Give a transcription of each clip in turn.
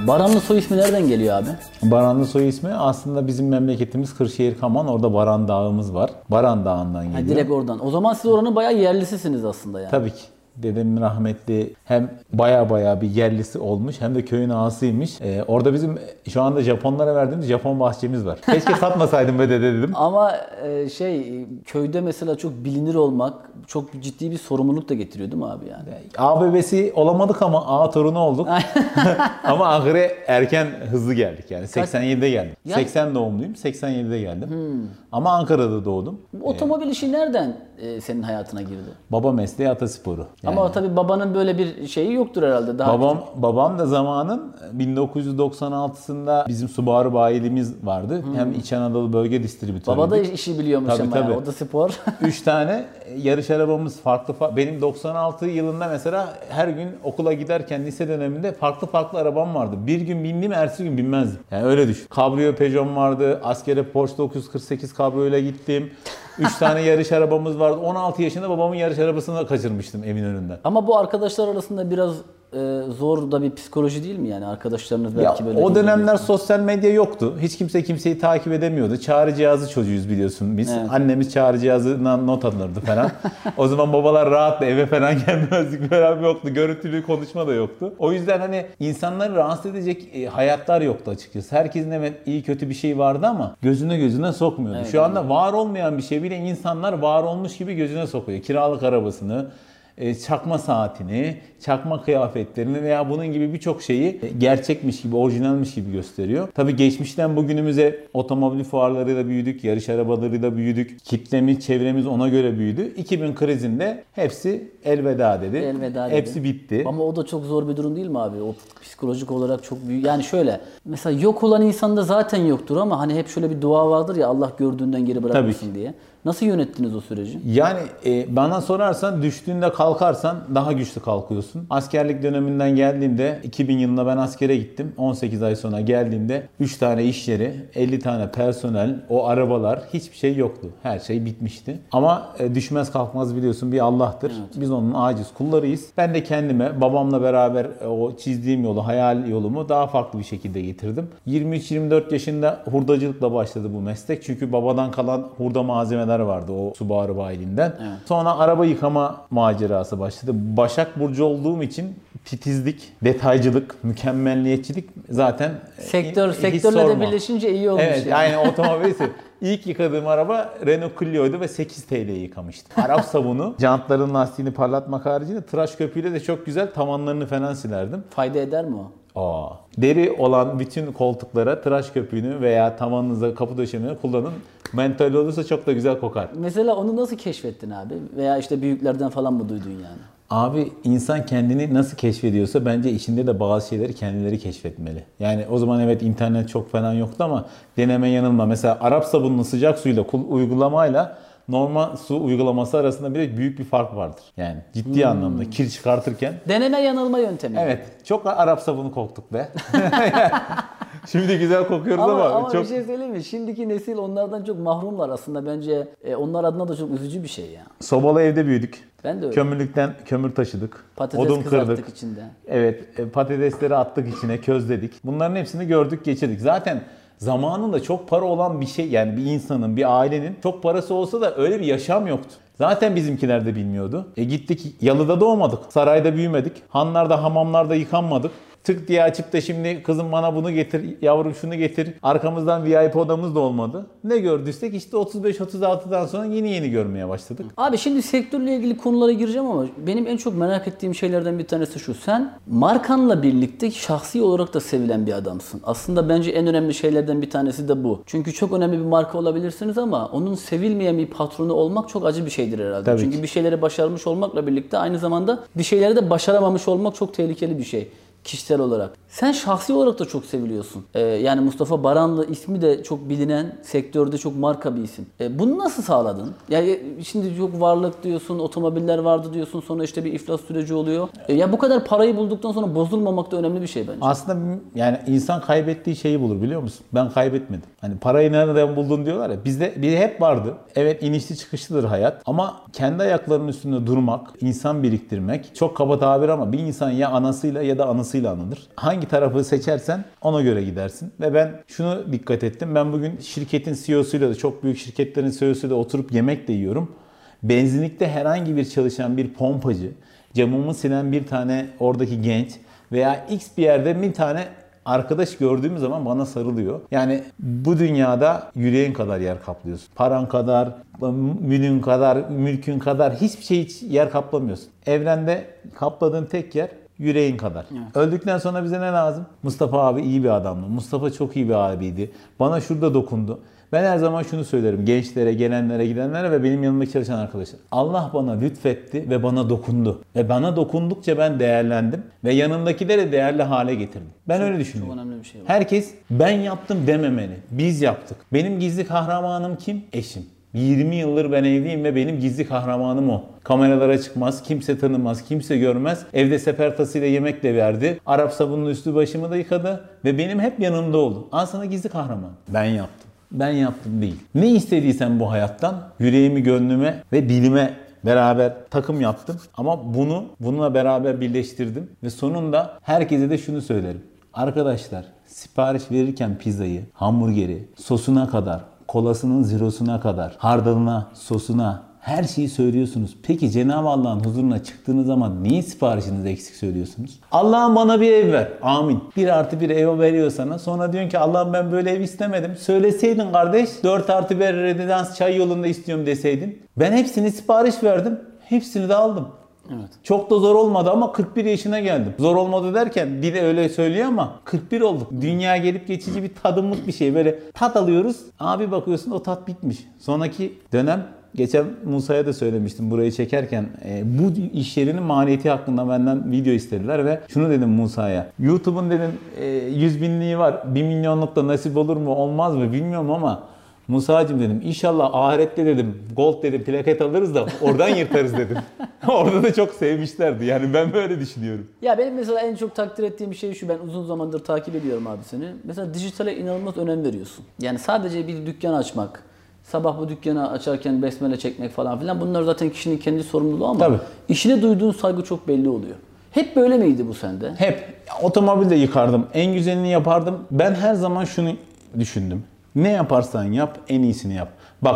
Baranlı soy ismi nereden geliyor abi? Baranlı soy ismi aslında bizim memleketimiz Kırşehir Kaman. Orada Baran Dağı'mız var. Baran Dağı'ndan geliyor. Ha, direkt oradan. O zaman siz oranın bayağı yerlisisiniz aslında yani. Tabii ki. Dedemin rahmetli hem baya bir yerlisi olmuş hem de köyün ağasıymış. Orada bizim şu anda Japonlara verdiğimiz Japon bahçemiz var. Keşke satmasaydım be dede dedim. Ama köyde mesela çok bilinir olmak çok ciddi bir sorumluluk da getiriyor değil mi abi yani? Ağ bebesi olamadık ama ağa torunu olduk. Ama Ankara'ya erken hızlı geldik yani. 87'de geldim. Ya... 80 doğumluyum. 87'de geldim. Ama Ankara'da doğdum. Bu otomobil işi nereden senin hayatına girdi? Baba mesleği atasporu. Yani. Ama tabii babanın böyle bir şeyi yoktur herhalde. Daha babam da zamanın 1996'sında bizim Subaru bayiliğimiz vardı. Hem İç Anadolu bölge distribütörüydük. Baba da işi biliyormuş ama ya. O da spor. 3 tane yarış arabamız farklı. Benim 96 yılında mesela her gün okula giderken lise döneminde farklı arabam vardı. Bir gün bindim, ertesi gün binmezdim. Yani öyle düşün. Cabrio Peugeot'm vardı. Askere Porsche 948 Cabrio ile gittim. 3 tane yarış arabamız vardı. 16 yaşında babamın yarış arabasını kaçırmıştım evin önünden. Ama bu arkadaşlar arasında biraz zor da bir psikoloji değil mi yani? Arkadaşlarınız belki böyle... O dönemler sosyal medya yoktu. Hiç kimse kimseyi takip edemiyordu. Çağrı cihazı çocuğuyuz biliyorsun biz. Evet. Annemiz çağrı cihazından not alırdı falan. O zaman babalar rahatla eve falan gelmezdik falan yoktu. Görüntülü konuşma da yoktu. O yüzden hani insanları rahatsız edecek hayatlar yoktu açıkçası. Herkesin evet iyi kötü bir şey vardı ama gözüne sokmuyordu. Evet, şu anda var olmayan bir şey bile insanlar var olmuş gibi gözüne sokuyor. Kiralık arabasını, çakma saatini, çakma kıyafetlerini veya bunun gibi birçok şeyi gerçekmiş gibi, orijinalmiş gibi gösteriyor. Tabii geçmişten bugünümüze otomobil fuarlarıyla büyüdük, yarış arabalarıyla büyüdük. Kitlemiz, çevremiz ona göre büyüdü. 2000 krizinde hepsi elveda dedi. Elveda dedi. Hepsi bitti. Ama o da çok zor bir durum değil mi abi? O psikolojik olarak çok büyük. Yani şöyle, mesela yok olan insanda zaten yoktur ama hani hep şöyle bir dua vardır ya, Allah gördüğünden geri bırakmasın diye. Nasıl yönettiniz o süreci? Yani bana sorarsan düştüğünde kalkarsan daha güçlü kalkıyorsun. Askerlik döneminden geldiğimde 2000 yılında ben askere gittim. 18 ay sonra geldiğimde 3 tane iş yeri, 50 tane personel, o arabalar hiçbir şey yoktu. Her şey bitmişti. Ama düşmez kalkmaz biliyorsun bir Allah'tır. Evet. Biz onun aciz kullarıyız. Ben de kendime babamla beraber o çizdiğim yolu, hayal yolumu daha farklı bir şekilde getirdim. 23-24 yaşında hurdacılıkla başladı bu meslek. Çünkü babadan kalan hurda malzemeler vardı o Subaru bayiliğinden. Evet. Sonra araba yıkama macerası başladı. Başak Burcu olduğum için titizlik, detaycılık, mükemmelliyetçilik zaten sektörle de birleşince iyi olmuş. Evet, yani otomobili İlk yıkadığım araba Renault Clio'ydu ve 8 TL'ye yıkamıştım. Arap sabunu, jantların lastiğini parlatmak haricinde tıraş köpüğüyle de çok güzel tavanlarını falan silerdim. Fayda eder mi o? Deri olan bütün koltuklara tıraş köpüğünü veya tavanınıza kapı döşemeni kullanın. Mental olursa çok da güzel kokar. Mesela onu nasıl keşfettin abi? Veya işte büyüklerden falan mı duydun yani? Abi insan kendini nasıl keşfediyorsa bence içinde de bazı şeyleri kendileri keşfetmeli. Yani o zaman evet internet çok falan yoktu ama deneme yanılma. Mesela Arap sabununu sıcak suyla uygulamayla normal su uygulaması arasında bile büyük bir fark vardır. Yani ciddi anlamda kir çıkartırken. Deneme yanılma yöntemi. Evet. Çok Arap sabunu koktuk be. Şimdi güzel kokuyoruz ama çok... bir şey söyleyeyim mi? Şimdiki nesil onlardan çok mahrumlar aslında bence. Onlar adına da çok üzücü bir şey ya. Sobalı evde büyüdük. Ben de öyle. Kömürlükten kömür taşıdık. Patates odun kızarttık kırdık içinde. Evet, patatesleri attık içine, közledik. Bunların hepsini gördük, geçirdik. Zaten zamanında çok para olan bir şey, yani bir insanın, bir ailenin çok parası olsa da öyle bir yaşam yoktu. Zaten bizimkiler de bilmiyordu. Gittik, yalıda doğmadık, sarayda büyümedik, hanlarda, hamamlarda yıkanmadık. Tık diye açıp da şimdi kızım bana bunu getir, yavrum şunu getir. Arkamızdan VIP odamız da olmadı. Ne gördüysek işte 35-36'dan sonra yeni görmeye başladık. Abi şimdi sektörle ilgili konulara gireceğim ama benim en çok merak ettiğim şeylerden bir tanesi şu. Sen markanla birlikte şahsi olarak da sevilen bir adamsın. Aslında bence en önemli şeylerden bir tanesi de bu. Çünkü çok önemli bir marka olabilirsiniz ama onun sevilmeyen bir patronu olmak çok acı bir şeydir herhalde. Tabii Çünkü ki. Bir şeyleri başarmış olmakla birlikte aynı zamanda bir şeyleri de başaramamış olmak çok tehlikeli bir şey. Kişisel olarak. Sen şahsi olarak da çok seviliyorsun. Yani Mustafa Baranlı ismi de çok bilinen, sektörde çok marka bir isim. Bunu nasıl sağladın? Yani şimdi çok varlık diyorsun, otomobiller vardı diyorsun, sonra işte bir iflas süreci oluyor. Ya bu kadar parayı bulduktan sonra bozulmamak da önemli bir şey bence. Aslında yani insan kaybettiği şeyi bulur biliyor musun? Ben kaybetmedim. Hani parayı nereden buldun diyorlar ya. Bizde hep vardı. Evet inişli çıkışlıdır hayat ama kendi ayaklarının üstünde durmak, insan biriktirmek çok kaba tabir ama bir insan ya anasıyla ya da anısıyla anılır. Hangi hangi tarafı seçersen ona göre gidersin. Ve ben şunu dikkat ettim. Ben bugün şirketin CEO'suyla da, çok büyük şirketlerin CEO'suyla oturup yemek de yiyorum. Benzinlikte herhangi bir çalışan bir pompacı, camımı silen bir tane oradaki genç veya X bir yerde bir tane arkadaş gördüğüm zaman bana sarılıyor. Yani bu dünyada yüreğin kadar yer kaplıyorsun. Paran kadar, mülkün kadar, mülkün kadar hiçbir şey hiç yer kaplamıyorsun. Evrende kapladığın tek yer yüreğin kadar. Evet. Öldükten sonra bize ne lazım? Mustafa abi iyi bir adamdı. Mustafa çok iyi bir abiydi. Bana şurada dokundu. Ben her zaman şunu söylerim gençlere, gelenlere, gidenlere ve benim yanımda çalışan arkadaşlar. Allah bana lütfetti ve bana dokundu. Ve bana dokundukça ben değerlendim ve yanımdakileri değerli hale getirdim. Ben öyle düşünüyorum. Çok önemli bir şey var. Herkes ben yaptım dememeli. Biz yaptık. Benim gizli kahramanım kim? Eşim. 20 yıldır ben evliyim ve benim gizli kahramanım o. Kameralara çıkmaz, kimse tanımaz, kimse görmez. Evde sefer tasıyla yemek de verdi. Arap sabunlu üstü başımı da yıkadı ve benim hep yanımda oldu. Al sana gizli kahraman. Ben yaptım. Ben yaptım değil. Ne istediysen bu hayattan yüreğimi, gönlüme ve dilime beraber takım yaptım. Ama bununla beraber birleştirdim. Ve sonunda herkese de şunu söylerim. Arkadaşlar sipariş verirken pizzayı, hamburgeri, sosuna kadar, kolasının zirosuna kadar, hardalına, sosuna her şeyi söylüyorsunuz. Peki Cenab-ı Allah'ın huzuruna çıktığınız zaman neyi siparişinizi eksik söylüyorsunuz? Allah'ım bana bir ev ver. Amin. 1+1 ev veriyor sana. Sonra diyorsun ki Allah'ım ben böyle ev istemedim. Söyleseydin kardeş 4+1 rezidans çay yolunda istiyorum deseydin. Ben hepsini sipariş verdim. Hepsini de aldım. Evet. Çok da zor olmadı ama 41 yaşına geldim. Zor olmadı derken dile öyle söylüyor ama 41 olduk. Dünya gelip geçici bir tadımlık bir şey. Böyle tat alıyoruz. Abi bakıyorsun o tat bitmiş. Sonraki dönem geçen Musa'ya da söylemiştim burayı çekerken. Bu iş yerinin maliyeti hakkında benden video istediler ve şunu dedim Musa'ya. YouTube'un dedim 100 binliği var. 1 milyonluk da nasip olur mu olmaz mı bilmiyorum ama Musa'cığım dedim inşallah ahirette dedim gold dedim plaket alırız da oradan yırtarız dedim. Orada da çok sevmişlerdi. Yani ben böyle düşünüyorum. Ya benim mesela en çok takdir ettiğim şey şu, ben uzun zamandır takip ediyorum abi seni. Mesela dijitale inanılmaz önem veriyorsun. Yani sadece bir dükkan açmak, sabah bu dükkanı açarken besmele çekmek falan filan bunlar zaten kişinin kendi sorumluluğu ama Tabii. işine duyduğun saygı çok belli oluyor. Hep böyle miydi bu sende? Hep. Otomobil de yıkardım. En güzelini yapardım. Ben her zaman şunu düşündüm. Ne yaparsan yap, en iyisini yap. Bak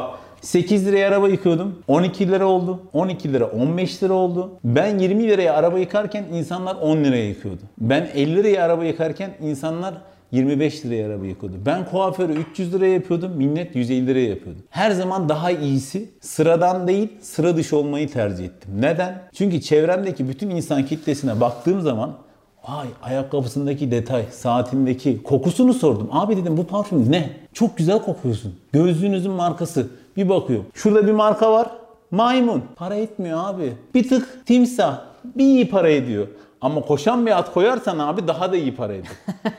8 liraya araba yıkıyordum. 12 lira oldu. 12 lira 15 lira oldu. Ben 20 liraya araba yıkarken insanlar 10 liraya yıkıyordu. Ben 50 liraya araba yıkarken insanlar 25 liraya araba yıkıyordu. Ben kuaförü 300 liraya yapıyordum. Millet 150 liraya yapıyordu. Her zaman daha iyisi sıradan değil sıra dışı olmayı tercih ettim. Neden? Çünkü çevremdeki bütün insan kitlesine baktığım zaman vay ayakkabısındaki detay, saatindeki kokusunu sordum. Abi dedim bu parfüm ne? Çok güzel kokuyorsun. Gözlüğünüzün markası. Bir bakıyorum. Şurada bir marka var. Maymun. Para etmiyor abi. Bir tık timsah. Bir iyi para ediyor. Ama koşan bir at koyarsan abi daha da iyi para ediyor.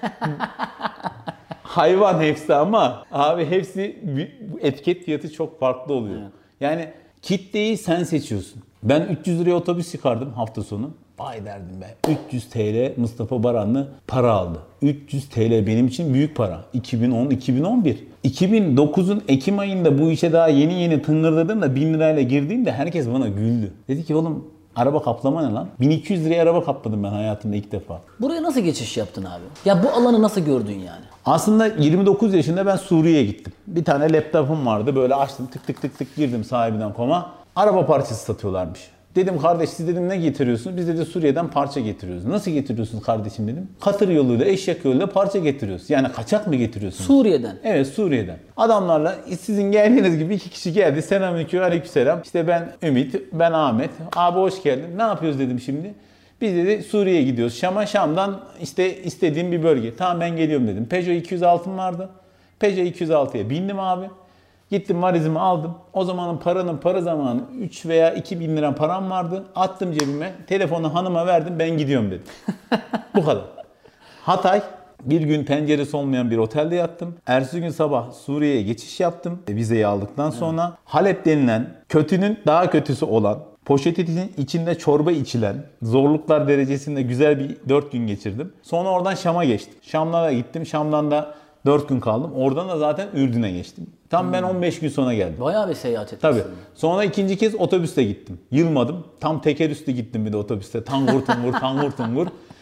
Hayvan hepsi ama abi hepsi etiket fiyatı çok farklı oluyor. Evet. Yani kitleyi sen seçiyorsun. Ben 300 liraya otobüs çıkardım hafta sonu. Vay derdim be. 300 TL Mustafa Baranlı para aldı. 300 TL benim için büyük para. 2010-2011. 2009'un Ekim ayında bu işe daha yeni tıngırdadım da 1000 lirayla girdiğimde herkes bana güldü. Dedi ki oğlum araba kaplama ne lan? 1200 liraya araba kapladım ben hayatımda ilk defa. Buraya nasıl geçiş yaptın abi? Ya bu alanı nasıl gördün yani? Aslında 29 yaşında ben Suriye'ye gittim. Bir tane laptopum vardı. Böyle açtım tık girdim sahibinden koma. Araba parçası satıyorlarmış. Dedim kardeş siz dedim ne getiriyorsunuz? Biz dedi Suriye'den parça getiriyoruz. Nasıl getiriyorsunuz kardeşim dedim. Katır yoluyla, eşek yoluyla parça getiriyoruz. Yani kaçak mı getiriyorsunuz? Suriye'den. Evet Suriye'den. Adamlarla sizin geldiğiniz gibi 2 kişi geldi. Selamünaleyküm, aleykümselam. İşte ben Ümit, ben Ahmet. Abi hoş geldin. Ne yapıyoruz dedim şimdi. Biz dedi Suriye'ye gidiyoruz. Şam'dan işte istediğim bir bölge. Tamam ben geliyorum dedim. Peugeot 206'm vardı. Peugeot 206'ya bindim abi. Gittim valizimi aldım. O zamanın para zamanı 3 veya 2 bin lira param vardı. Attım cebime. Telefonu hanıma verdim. Ben gidiyorum dedim. Bu kadar. Hatay. Bir gün penceresi olmayan bir otelde yattım. Ertesi gün sabah Suriye'ye geçiş yaptım. Vizeyi aldıktan sonra Halep denilen kötünün daha kötüsü olan poşetin içinde çorba içilen zorluklar derecesinde güzel bir 4 gün geçirdim. Sonra oradan Şam'a geçtim. Şam'da gittim. Şam'dan da 4 gün kaldım. Oradan da zaten Ürdün'e geçtim. Tam ben 15 gün sonra geldim. Bayağı bir seyahat etmişsin. Tabii. Sonra ikinci kez otobüste gittim. Yılmadım. Tam teker üstü gittim bir de otobüste. Tangur tungur.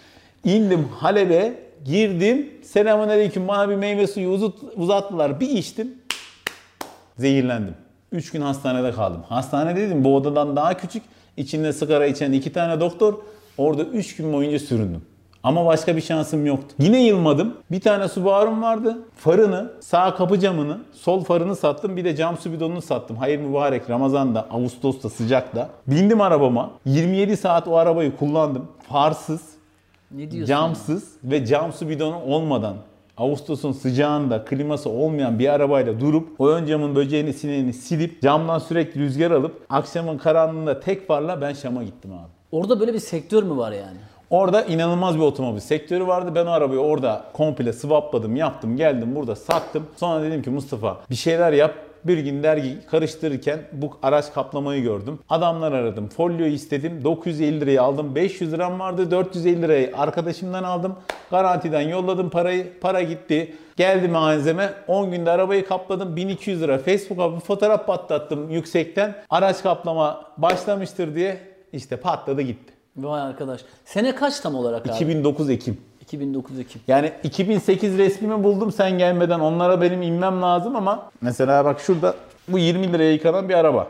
İndim Halep'e, girdim. Selamünaleyküm, bana bir meyve suyu uzattılar. Bir içtim. Zehirlendim. 3 gün hastanede kaldım. Hastane dedim bu odadan daha küçük. İçinde sigara içen 2 tane doktor. Orada 3 gün boyunca süründüm. Ama başka bir şansım yoktu. Yine yılmadım. Bir tane Subaru'm vardı. Farını, sağ kapı camını, sol farını sattım. Bir de cam su bidonunu sattım. Hayır mübarek Ramazan'da, Ağustos'ta, sıcakta. Bindim arabama. 27 saat o arabayı kullandım. Farsız, Ne diyorsun? camsız ve cam su bidonu olmadan Ağustos'un sıcağında kliması olmayan bir arabayla durup o ön camın böceğini sineğini silip camdan sürekli rüzgar alıp akşamın karanlığında tek farla ben Şam'a gittim abi. Orada böyle bir sektör mü var yani? Orada inanılmaz bir otomobil sektörü vardı. Ben o arabayı orada komple swapladım, yaptım, geldim burada sattım. Sonra dedim ki Mustafa bir şeyler yap. Bir gün dergi karıştırırken bu araç kaplamayı gördüm. Adamlar aradım. Folyoyu istedim. 950 liraya aldım. 500 liram vardı. 450 lirayı arkadaşımdan aldım. Garantiden yolladım parayı. Para gitti. Geldi malzeme. 10 günde arabayı kapladım. 1200 lira. Facebook'a bir fotoğraf patlattım yüksekten. Araç kaplama başlamıştır diye. İşte patladı gitti. Vay arkadaş. Sene kaç tam olarak abi? 2009 Ekim. 2009 Ekim. Yani 2008 resmimi buldum sen gelmeden, onlara benim inmem lazım ama mesela bak şurada bu 20 liraya yıkanan bir araba.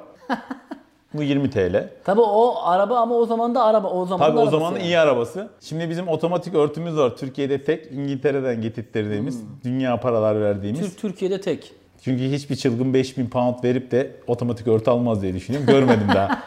Bu 20 TL. Tabii o araba ama o zaman da araba. O zaman Tabii da o zamanın yani. iyi arabası. Şimdi bizim otomatik örtümüz var. Türkiye'de tek, İngiltere'den getirttiğimiz, dünya paralar verdiğimiz. Türkiye'de tek. Çünkü hiçbir çılgın 5000 pound verip de otomatik örtü almaz diye düşünüyorum. Görmedim daha.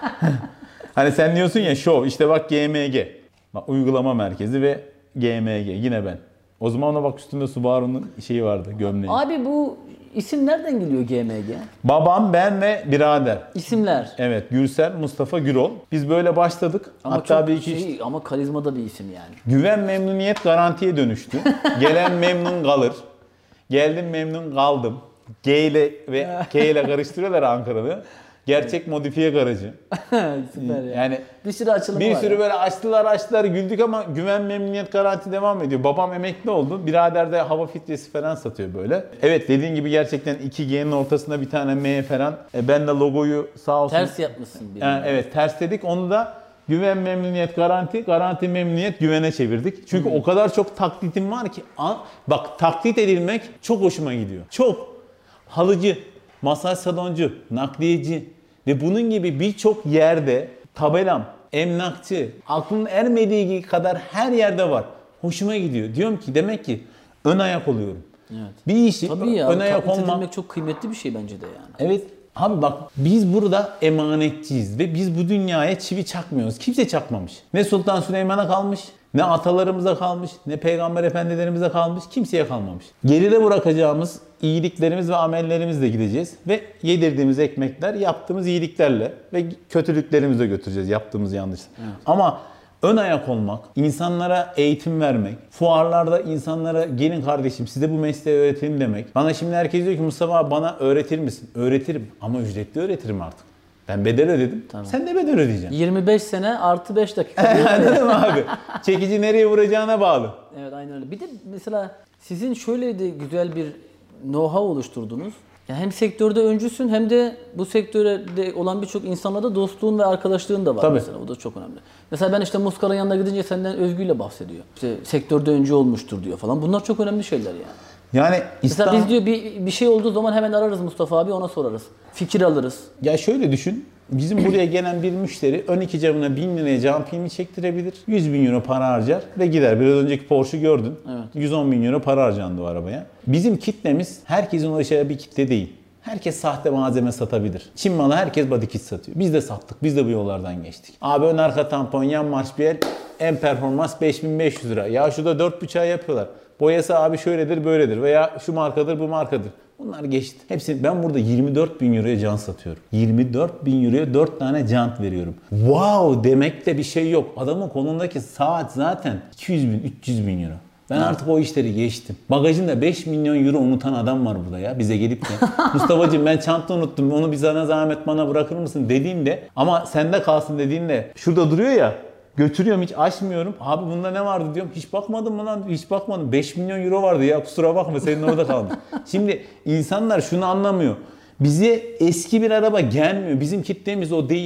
Hani sen diyorsun ya show, işte bak GMG. Bak uygulama merkezi ve GMG yine ben. O zaman ona bak üstünde Subaru'nun şeyi vardı, gömleği. Abi bu isim nereden geliyor GMG? Babam, ben ve birader. İsimler. Evet, Gürsel, Mustafa, Gürol. Biz böyle başladık. Ama hatta çok bir iki ama karizma da bir isim yani. güven memnuniyet garantiye dönüştü. Gelen memnun kalır. Geldim memnun kaldım. G ile ve K ile karıştırıyorlar Ankara'da. Gerçek modifiye garajı. Süper ya. Yani Bir sürü açılımı bir var sürü ya. böyle açtılar güldük ama güven memnuniyet garanti devam ediyor. Babam emekli oldu. Birader de hava filtresi falan satıyor böyle. Evet dediğin gibi gerçekten 2G'nin ortasında bir tane M falan. Ben de logoyu sağ olsun. Ters yapmışsın bir. Yani evet ters dedik. Onu da güven memnuniyet garanti, garanti memnuniyet güvene çevirdik. Çünkü o kadar çok taklitim var ki. Bak taklit edilmek çok hoşuma gidiyor. Çok. Halıcı, masaj saloncu, nakliyeci ve bunun gibi birçok yerde tabelam, emlakçı, aklın ermediği kadar her yerde var. Hoşuma gidiyor. Diyorum ki demek ki ön ayak oluyorum. Evet. Bir işi Tabii ya. ön ayak Taklit olmak. edilmek çok kıymetli bir şey bence de yani. Evet. Abi bak biz burada emanetçiyiz ve biz bu dünyaya çivi çakmıyoruz. Kimse çakmamış. Ne Sultan Süleyman'a kalmış, ne atalarımıza kalmış, ne peygamber efendilerimize kalmış, kimseye kalmamış. Geride bırakacağımız iyiliklerimiz ve amellerimizle gideceğiz ve yedirdiğimiz ekmekler yaptığımız iyiliklerle ve kötülüklerimizle götüreceğiz yaptığımız yanlış. Evet. Ama ön ayak olmak, insanlara eğitim vermek, fuarlarda insanlara gelin kardeşim size bu mesleği öğretelim demek. Bana şimdi herkes diyor ki Mustafa bana öğretir misin? Öğretirim ama ücretli öğretirim artık. Ben bedel ödedim. Tamam. Sen de bedel ödeyeceksin. 25 sene artı 5 dakika. Anladın mı abi? Çekici nereye vuracağına bağlı. Evet aynen öyle. Bir de mesela sizin şöyle de güzel bir know-how oluşturdunuz. Yani hem sektörde öncüsün hem de bu sektörde olan birçok insanla da dostluğun ve arkadaşlığın da var. Tabii. Mesela. O da çok önemli. Mesela ben işte Muskar'ın yanına gidince senden övgüyle bahsediyor. İşte sektörde öncü olmuştur diyor falan. Bunlar çok önemli şeyler yani. Yani Mesela biz diyor bir şey olduğu zaman hemen ararız Mustafa abi ona sorarız. Fikir alırız. Ya şöyle düşün. Bizim buraya gelen bir müşteri ön iki camına 1000 liraya cam filmi çektirebilir. 100 bin euro para harcar ve gider. Biraz önceki Porsche'u gördün. Evet. 110 bin euro para harcandı o arabaya. Bizim kitlemiz herkesin ulaşacağı bir kitle değil. Herkes sahte malzeme satabilir. Çin malı herkes body kit satıyor. Biz de sattık. Biz de bu yollardan geçtik. Abi ön arka tampon, yan marş bir en performans 5500 lira. Ya şurada 4.5'a yapıyorlar. Boyası abi şöyledir böyledir veya şu markadır bu markadır. Bunlar geçti. Hepsini ben burada 24 bin euroya jant satıyorum. 24 bin euroya 4 tane jant veriyorum. Wow demekte bir şey yok. Adamın kolundaki saat zaten 200 bin 300 bin euro. Ben artık o işleri geçtim. Bagajında 5 milyon euro unutan adam var burada ya bize gelip de. Mustafa'cığım ben çanta unuttum onu bir sana zahmet bana bırakır mısın dediğinde ama sende kalsın dediğinde şurada duruyor ya. Götürüyorum hiç açmıyorum. Abi bunda ne vardı diyorum. Hiç bakmadın mı lan? Hiç bakmadım. 5 milyon euro vardı ya kusura bakma senin orada kalmış. Şimdi insanlar şunu anlamıyor. Bize eski bir araba gelmiyor. Bizim kitlemiz o değil.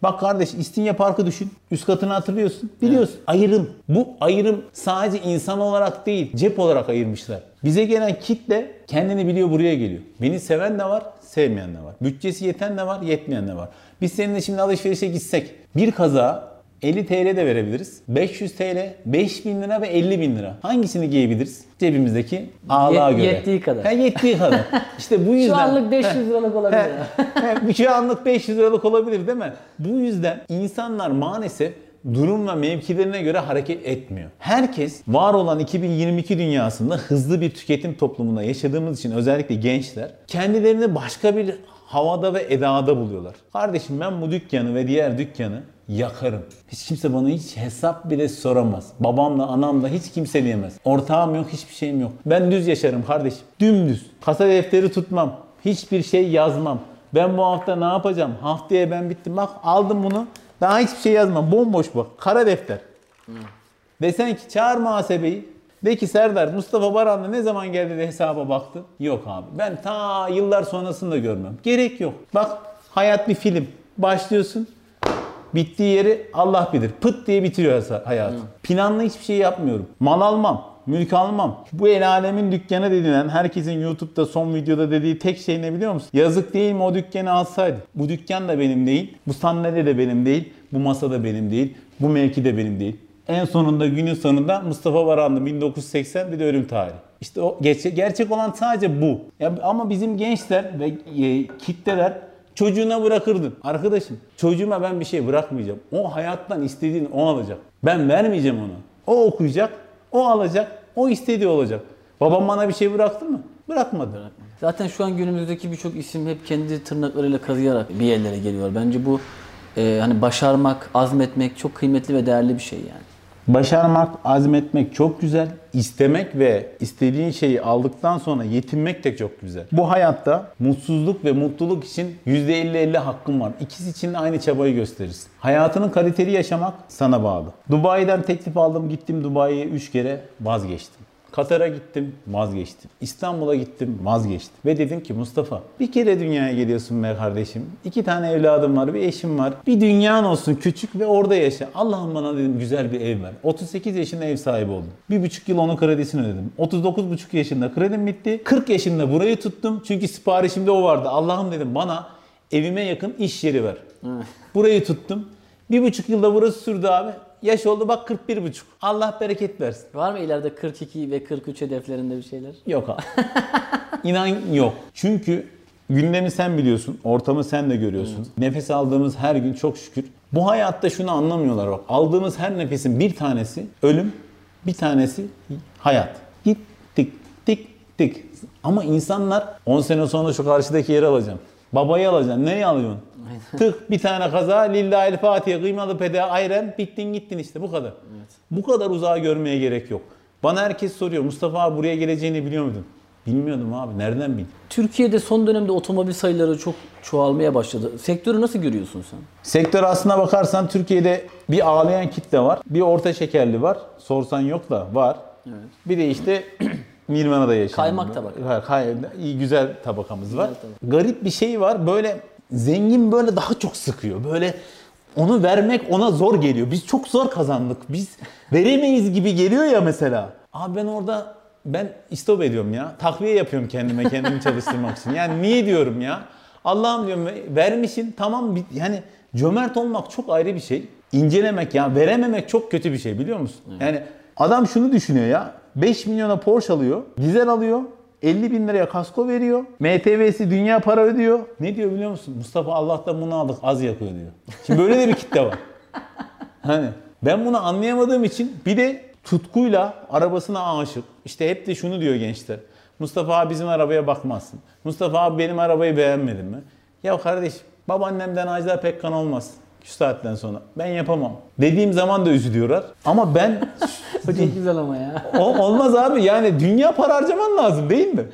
Bak kardeş, İstinye Parkı düşün. Üst katını hatırlıyorsun. Biliyorsun. Ayrım. Bu ayrım sadece insan olarak değil, cep olarak ayırmışlar. Bize gelen kitle kendini biliyor, buraya geliyor. Beni seven de var, sevmeyen de var. Bütçesi yeten de var, yetmeyen de var. Biz seninle şimdi alışverişe gitsek bir kaza 50 TL de verebiliriz. 500 TL, 5000 lira ve 50 bin lira. Hangisini giyebiliriz? Cebimizdeki ağlığa göre. Yettiği kadar. Yettiği kadar. İşte bu yüzden. Şu anlık 500 liralık olabilir. Şu anlık 500 liralık olabilir değil mi? Bu yüzden insanlar maalesef durum ve mevkilerine göre hareket etmiyor. Herkes var olan 2022 dünyasında hızlı bir tüketim toplumunda yaşadığımız için özellikle gençler kendilerini başka bir havada ve edada buluyorlar. Kardeşim ben bu dükkanı ve diğer dükkanı yakarım. Hiç kimse bana hiç hesap bile soramaz. Babamla anamla hiç kimse diyemez. Ortağım yok, hiçbir şeyim yok. Ben düz yaşarım kardeşim. Dümdüz. Kasa defteri tutmam. Hiçbir şey yazmam. Ben bu hafta ne yapacağım? Haftaya ben bittim. Bak aldım bunu. Daha hiçbir şey yazmam. Bomboş bak. Kara defter. Desen ki çağır muhasebeyi. De ki Serdar, Mustafa Baran'la ne zaman geldi de hesaba baktı? Yok abi. Ben ta yıllar sonrasını da görmem. Gerek yok. Bak hayat bir film. Başlıyorsun. Bittiği yeri Allah bilir. Pıt diye bitiriyor hayatı. Planlı hiçbir şey yapmıyorum. Mal almam. Mülk almam. Bu el alemin dükkanı dedilen, herkesin YouTube'da son videoda dediği tek şey ne biliyor musun? Yazık değil mi o dükkanı alsaydı? Bu dükkan da benim değil. Bu sandalye de benim değil. Bu masa da benim değil. Bu mevki de benim değil. En sonunda, günün sonunda Mustafa Varanlı 1980 bir de ölüm tarihi. İşte o gerçek olan sadece bu. Ya, ama bizim gençler ve kitleler çocuğuna bırakırdın. Arkadaşım çocuğuma ben bir şey bırakmayacağım. O hayattan istediğini o alacak. Ben vermeyeceğim ona. O okuyacak, o alacak, o istediği olacak. Babam bana bir şey bıraktı mı? Bırakmadı. Zaten şu an günümüzdeki birçok isim hep kendi tırnaklarıyla kazıyarak bir yerlere geliyor. Bence bu hani başarmak, azmetmek çok kıymetli ve değerli bir şey yani. Başarmak, azmetmek çok güzel. İstemek ve istediğin şeyi aldıktan sonra yetinmek de çok güzel. Bu hayatta mutsuzluk ve mutluluk için %50-50 hakkın var. İkisi için de aynı çabayı gösterirsin. Hayatının kaliteli yaşamak sana bağlı. Dubai'den teklif aldım, gittim Dubai'ye 3 kere vazgeçtim. Katar'a gittim, vazgeçtim. İstanbul'a gittim, vazgeçtim. Ve dedim ki Mustafa, bir kere dünyaya geliyorsun be kardeşim. 2 tane evladım var, bir eşim var. Bir dünyan olsun küçük ve orada yaşa. Allah'ım bana dedim güzel bir ev ver. 38 yaşında ev sahibi oldum. 1,5 yıl onun kredisini ödedim. 39,5 yaşında kredim bitti. 40 yaşında burayı tuttum. Çünkü siparişimde o vardı. Allah'ım dedim bana evime yakın iş yeri ver. Burayı tuttum. 1,5 yılda burası sürdü abi. Yaş oldu bak 41,5. Allah bereket versin. Var mı ileride 42 ve 43 hedeflerinde bir şeyler? Yok abi. İnan yok. Çünkü gündemi sen biliyorsun. Ortamı sen de görüyorsun. Nefes aldığımız her gün çok şükür. Bu hayatta şunu anlamıyorlar bak. Aldığımız her nefesin bir tanesi ölüm, bir tanesi hayat. Git tik tik tik. Ama insanlar 10 sene sonra şu karşıdaki yeri alacağım. Babayı alacaksın. Neyi alıyorsun? Tık bir tane kaza, lillahi'l Fatiha, kıymalı pede, ayran, bittin gittin işte bu kadar. Evet. Bu kadar uzağa görmeye gerek yok. Bana herkes soruyor, Mustafa abi buraya geleceğini biliyor muydun? Bilmiyordum abi, nereden bildin? Türkiye'de son dönemde otomobil sayıları çok çoğalmaya başladı. Sektörü nasıl görüyorsun sen? Sektör aslına bakarsan Türkiye'de bir ağlayan kitle var, bir orta şekerli var. Sorsan yok da var. Evet. Bir de işte Nirvana'da yaşayan. Kaymak tabaka. İyi güzel tabakamız var. Garip bir şey var, böyle zengin böyle daha çok sıkıyor. Böyle onu vermek ona zor geliyor. Biz çok zor kazandık. Biz veremeyiz gibi geliyor ya mesela. Abi ben istop ediyorum ya. Takviye yapıyorum kendimi çalıştırmak için. Yani niye diyorum ya? Allah'ım diyorum vermişsin tamam yani cömert olmak çok ayrı bir şey. İncelemek ya verememek çok kötü bir şey biliyor musun? Evet. Yani adam şunu düşünüyor ya. 5 milyona Porsche alıyor, dizel alıyor. 50 bin liraya kasko veriyor. MTV'si dünya para ödüyor. Ne diyor biliyor musun? Mustafa Allah'tan bunu aldık az yakıyor diyor. Şimdi böyle de bir kitle var. Hani ben bunu anlayamadığım için bir de tutkuyla arabasına aşık. İşte hep de şunu diyor gençler. Mustafa abi bizim arabaya bakmazsın. Mustafa abi benim arabayı beğenmedin mi? Ya kardeşim babaannemden Ajda Pekkan olmaz. Şu saatten sonra. Ben yapamam. Dediğim zaman da üzülüyorlar. Ama ben... Çok güzel ama ya. Olmaz abi. Yani dünya para harcaman lazım değil mi?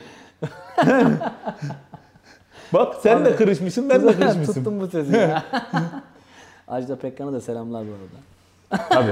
Bak sen abi, de kırışmışsın, ben de kırışmışım. Tuttum bu sözü ya. Ajda Pekkan'a da selamlar bu arada. Tabii.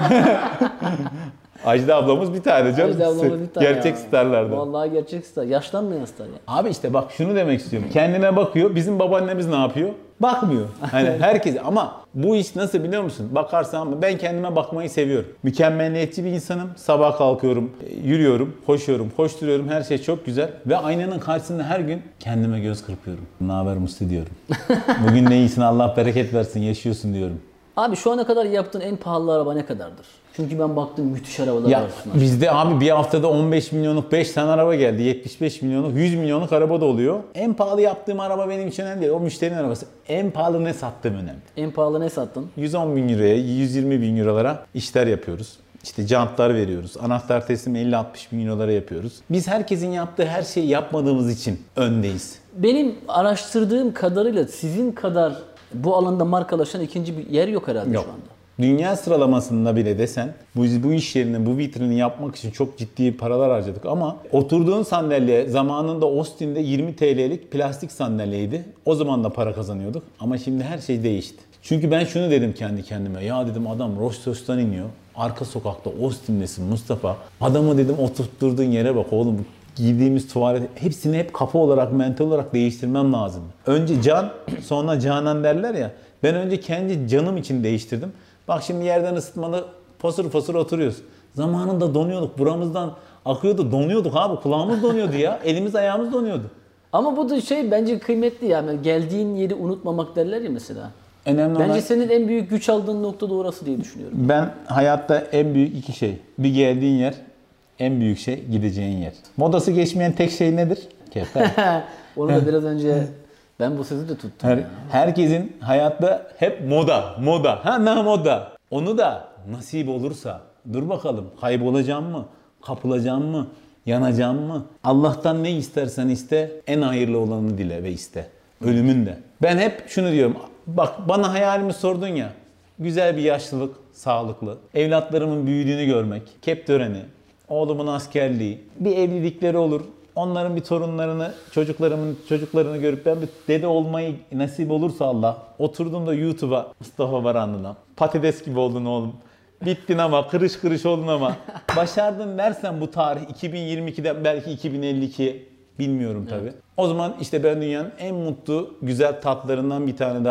Ajda ablamız bir tane canım. Ajda ablamız bir tane Gerçek ya. starlardan. Vallahi gerçek star. Yaşlanmayan star ya. Abi işte bak şunu demek istiyorum. Kendine bakıyor. Bizim babaannemiz ne yapıyor? Bakmıyor. Hani herkes ama bu iş nasıl biliyor musun? Bakarsan ben kendime bakmayı seviyorum. Mükemmeliyetçi bir insanım. Sabah kalkıyorum, yürüyorum, koşuyorum, koşturuyorum. Her şey çok güzel. Ve aynanın karşısında her gün kendime göz kırpıyorum. Ne haber Musti diyorum. Bugün ne iyisin, Allah bereket versin, yaşıyorsun diyorum. Abi şu ana kadar yaptığın en pahalı araba ne kadardır? Çünkü ben baktım müthiş arabalar Ya var. bizde abi bir haftada 15 milyonluk 5 tane araba geldi. 75 milyonluk, 100 milyonluk araba da oluyor. En pahalı yaptığım araba benim için önemli değil. O müşterinin arabası. En pahalı ne sattığım önemli. En pahalı ne sattın? 110 bin euroya, 120 bin eurolara işler yapıyoruz. İşte jantlar veriyoruz. Anahtar teslimi 50-60 bin eurolara yapıyoruz. Biz herkesin yaptığı her şeyi yapmadığımız için öndeyiz. Benim araştırdığım kadarıyla sizin kadar bu alanda markalaşan ikinci bir yer yok herhalde Yok. şu anda. Dünya sıralamasında bile desen bu iş yerine bu vitrini yapmak için çok ciddi paralar harcadık ama oturduğun sandalye zamanında Austin'de 20 TL'lik plastik sandalyeydi. O zaman da para kazanıyorduk ama şimdi her şey değişti. Çünkü ben şunu dedim kendi kendime. Ya dedim adam Rochefoucauld'dan iniyor. Arka sokakta Austin'desin Mustafa. Adamı dedim oturtturduğun yere bak oğlum. Giydiğimiz tuvalet hepsini hep kafa olarak mental olarak değiştirmem lazım. Önce can sonra canan derler ya. Ben önce kendi canım için değiştirdim. Bak şimdi yerden ısıtmalı fosur fosur oturuyoruz. Zamanında donuyorduk. Buramızdan akıyordu. Donuyorduk abi. Kulağımız donuyordu ya. Elimiz ayağımız donuyordu. Ama bu da bence kıymetli yani geldiğin yeri unutmamak derler ya mesela. Önemli Bence olan senin en büyük güç aldığın nokta da orası diye düşünüyorum. ben hayatta en büyük iki şey. Bir geldiğin yer, en büyük şey gideceğin yer. Modası geçmeyen tek şey nedir? Kefter. Onu da biraz önce ben bu sözü de tuttum. ya. Herkesin hayatta hep moda. Ha ne moda? Onu da nasip olursa dur bakalım kaybolacağım mı? Kapılacağım mı? Yanacağım mı? Allah'tan ne istersen iste, en hayırlı olanı dile ve iste. Ölümün de. Ben hep şunu diyorum. Bak bana hayalimi sordun ya. Güzel bir yaşlılık, sağlıklı. Evlatlarımın büyüdüğünü görmek. Kep töreni. Oğlumun askerliği. Bir evlilikleri olur. Onların bir torunlarını, çocuklarımın çocuklarını görüp ben bir dede olmayı nasip olursa Allah. Oturdum da YouTube'a Mustafa Baranlı'dan. Patates gibi oldun oğlum. Bittin ama kırış kırış oldun ama. Başardın dersen bu tarih 2022'den belki 2052 bilmiyorum tabii. Evet. O zaman işte ben dünyanın en mutlu güzel tatlarından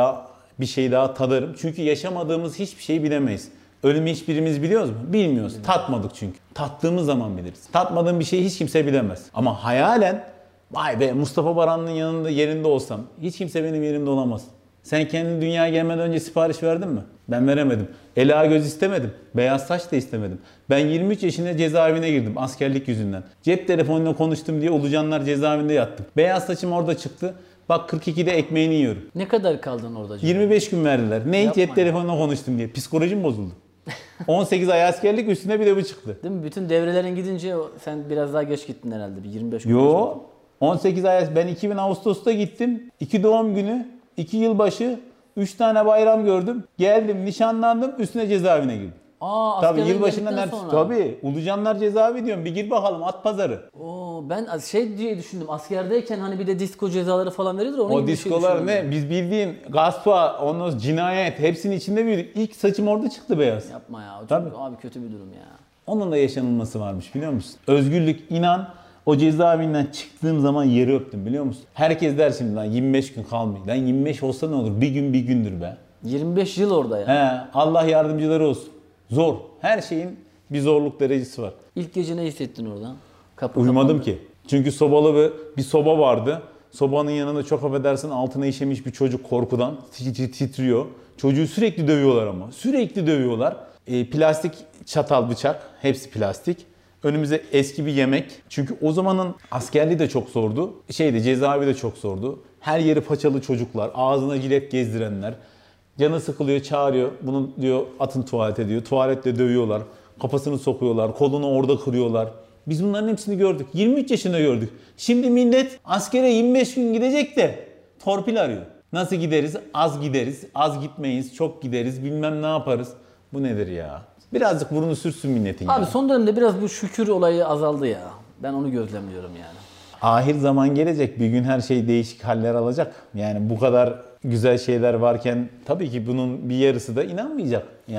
bir şey daha tadarım. Çünkü yaşamadığımız hiçbir şeyi bilemeyiz. Ölümü hiçbirimiz biliyoruz mu? Bilmiyoruz. Tatmadık çünkü. Tattığımız zaman biliriz. Tatmadığım bir şeyi hiç kimse bilemez. Ama hayalen vay be Mustafa Baranlı'nın yerinde olsam hiç kimse benim yerimde olamaz. Sen kendin dünyaya gelmeden önce sipariş verdin mi? Ben veremedim. Ela göz istemedim. Beyaz saç da istemedim. Ben 23 yaşında cezaevine girdim askerlik yüzünden. Cep telefonuyla konuştum diye Ulucanlar cezaevinde yattım. Beyaz saçım orada çıktı. Bak 42'de ekmeğini yiyorum. Ne kadar kaldın orada acaba? 25 gün verdiler. Ne Yapma cep ya. telefonuna konuştum diye. Psikolojim bozuldu. 18 ay askerlik üstüne bir de bu çıktı. Değil mi? Bütün devrelerin gidince sen biraz daha geç gittin herhalde. Bir 25 gün geç Yo. oldu. 18 ay ben 2000 Ağustos'ta gittim. 2 doğum günü, 2 yılbaşı, 3 tane bayram gördüm. Geldim, nişanlandım, üstüne cezaevine girdim. Aa, Tabii askerden yılbaşından geldikten sonra. tabii Ulucanlar cezaevi diyorum. Bir gir bakalım at pazarı. Oo, ben diye düşündüm. Askerdeyken hani bir de disko cezaları falan verilir. Onun O gibi bir şey diskolar düşündüm. ne? Biz bildiğin gaspa, ondan cinayet hepsinin içinde büyüdük. İlk saçım orada çıktı beyaz. Yapma ya. O çok, Tabii. abi kötü bir durum ya. Onun da yaşanılması varmış biliyor musun? Özgürlük inan o cezaevinden çıktığım zaman yeri öptüm biliyor musun? Herkes der şimdi lan 25 gün kalmayın. Lan 25 olsa ne olur? Bir gün bir gündür be. 25 yıl orada ya. He, Allah yardımcıları olsun. Zor. Her şeyin bir zorluk derecesi var. İlk gece ne hissettin orada? Kapı Uyumadım kapandı. ki. Çünkü sobalı bir soba vardı. Sobanın yanında çok affedersin altına işemiş bir çocuk korkudan titriyor. Çocuğu sürekli dövüyorlar ama. Sürekli dövüyorlar. Plastik çatal bıçak. Hepsi plastik. Önümüze eski bir yemek. Çünkü o zamanın askerliği de çok zordu. Cezaevi de çok zordu. Her yeri paçalı çocuklar. Ağzına jilet gezdirenler. Canı sıkılıyor, çağırıyor. Bunu diyor atın tuvalete diyor. Tuvaletle dövüyorlar. Kafasını sokuyorlar. Kolunu orada kırıyorlar. Biz bunların hepsini gördük. 23 yaşında gördük. Şimdi millet askere 25 gün gidecek de torpil arıyor. Nasıl gideriz? Az gideriz. Az gitmeyiz. Çok gideriz. Bilmem ne yaparız. Bu nedir ya? Birazcık burnu sürsün milletin Abi ya. son dönemde biraz bu şükür olayı azaldı ya. Ben onu gözlemliyorum yani. Ahir zaman gelecek. Bir gün her şey değişik haller alacak. Yani bu kadar güzel şeyler varken tabii ki bunun bir yarısı da inanmayacak yani.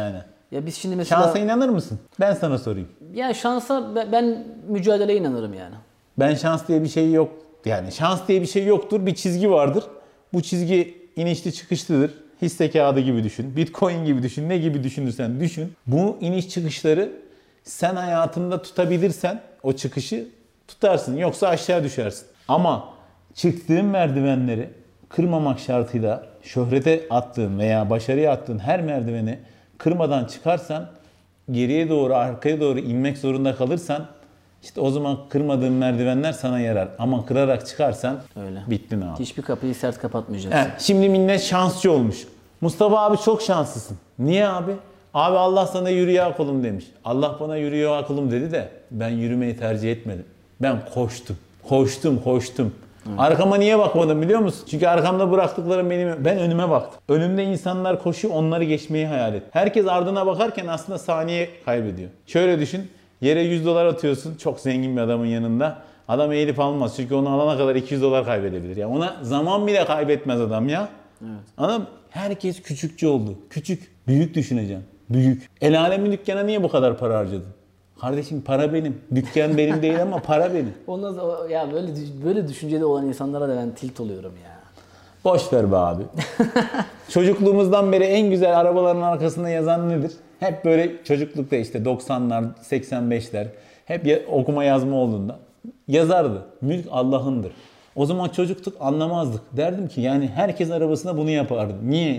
Ya biz şimdi mesela... Şansa inanır mısın? Ben sana sorayım. Ya şansa ben mücadeleye inanırım yani. Ben şans diye bir şey yok. Yani şans diye bir şey yoktur. Bir çizgi vardır. Bu çizgi inişli çıkışlıdır. Hisse kağıdı gibi düşün. Bitcoin gibi düşün. Ne gibi düşünürsen düşün. Bu iniş çıkışları sen hayatında tutabilirsen o çıkışı tutarsın. Yoksa aşağı düşersin. Ama çıktığın merdivenleri kırmamak şartıyla şöhrete attığın veya başarıya attığın her merdiveni kırmadan çıkarsan, geriye doğru, arkaya doğru inmek zorunda kalırsan, işte o zaman kırmadığın merdivenler sana yarar. Ama kırarak çıkarsan Öyle. bittin abi. Hiçbir kapıyı sert kapatmayacaksın. Evet, şimdi millet şansçı olmuş. Mustafa abi çok şanslısın. Niye abi? Abi Allah sana yürü ya kulum demiş. Allah bana yürü ya kulum dedi de ben yürümeyi tercih etmedim. Ben koştum. Koştum. Arkama niye bakmadım biliyor musun? Çünkü arkamda bıraktıklarım ben önüme baktım. Önümde insanlar koşuyor, onları geçmeyi hayal et. Herkes ardına bakarken aslında saniye kaybediyor. Şöyle düşün. Yere 100 dolar atıyorsun çok zengin bir adamın yanında. Adam eğilip almaz. Çünkü onu alana kadar 200 dolar kaybedebilir. Ya ona zaman bile kaybetmez adam ya. Evet. Adam herkes küçükçü oldu. Küçük. Büyük düşüneceksin. Büyük. El alemin dükkana niye bu kadar para harcadın? Kardeşim para benim. Dükkan benim değil ama para benim. Ondan sonra, ya böyle düşünceli olan insanlara da ben tilt oluyorum ya. Boş ver be abi. Çocukluğumuzdan beri en güzel arabaların arkasında yazan nedir? Hep böyle çocuklukta işte 90'lar, 85'ler hep okuma yazma olduğunda yazardı. Mülk Allah'ındır. O zaman çocuktuk anlamazdık. Derdim ki yani herkes arabasına bunu yapardı.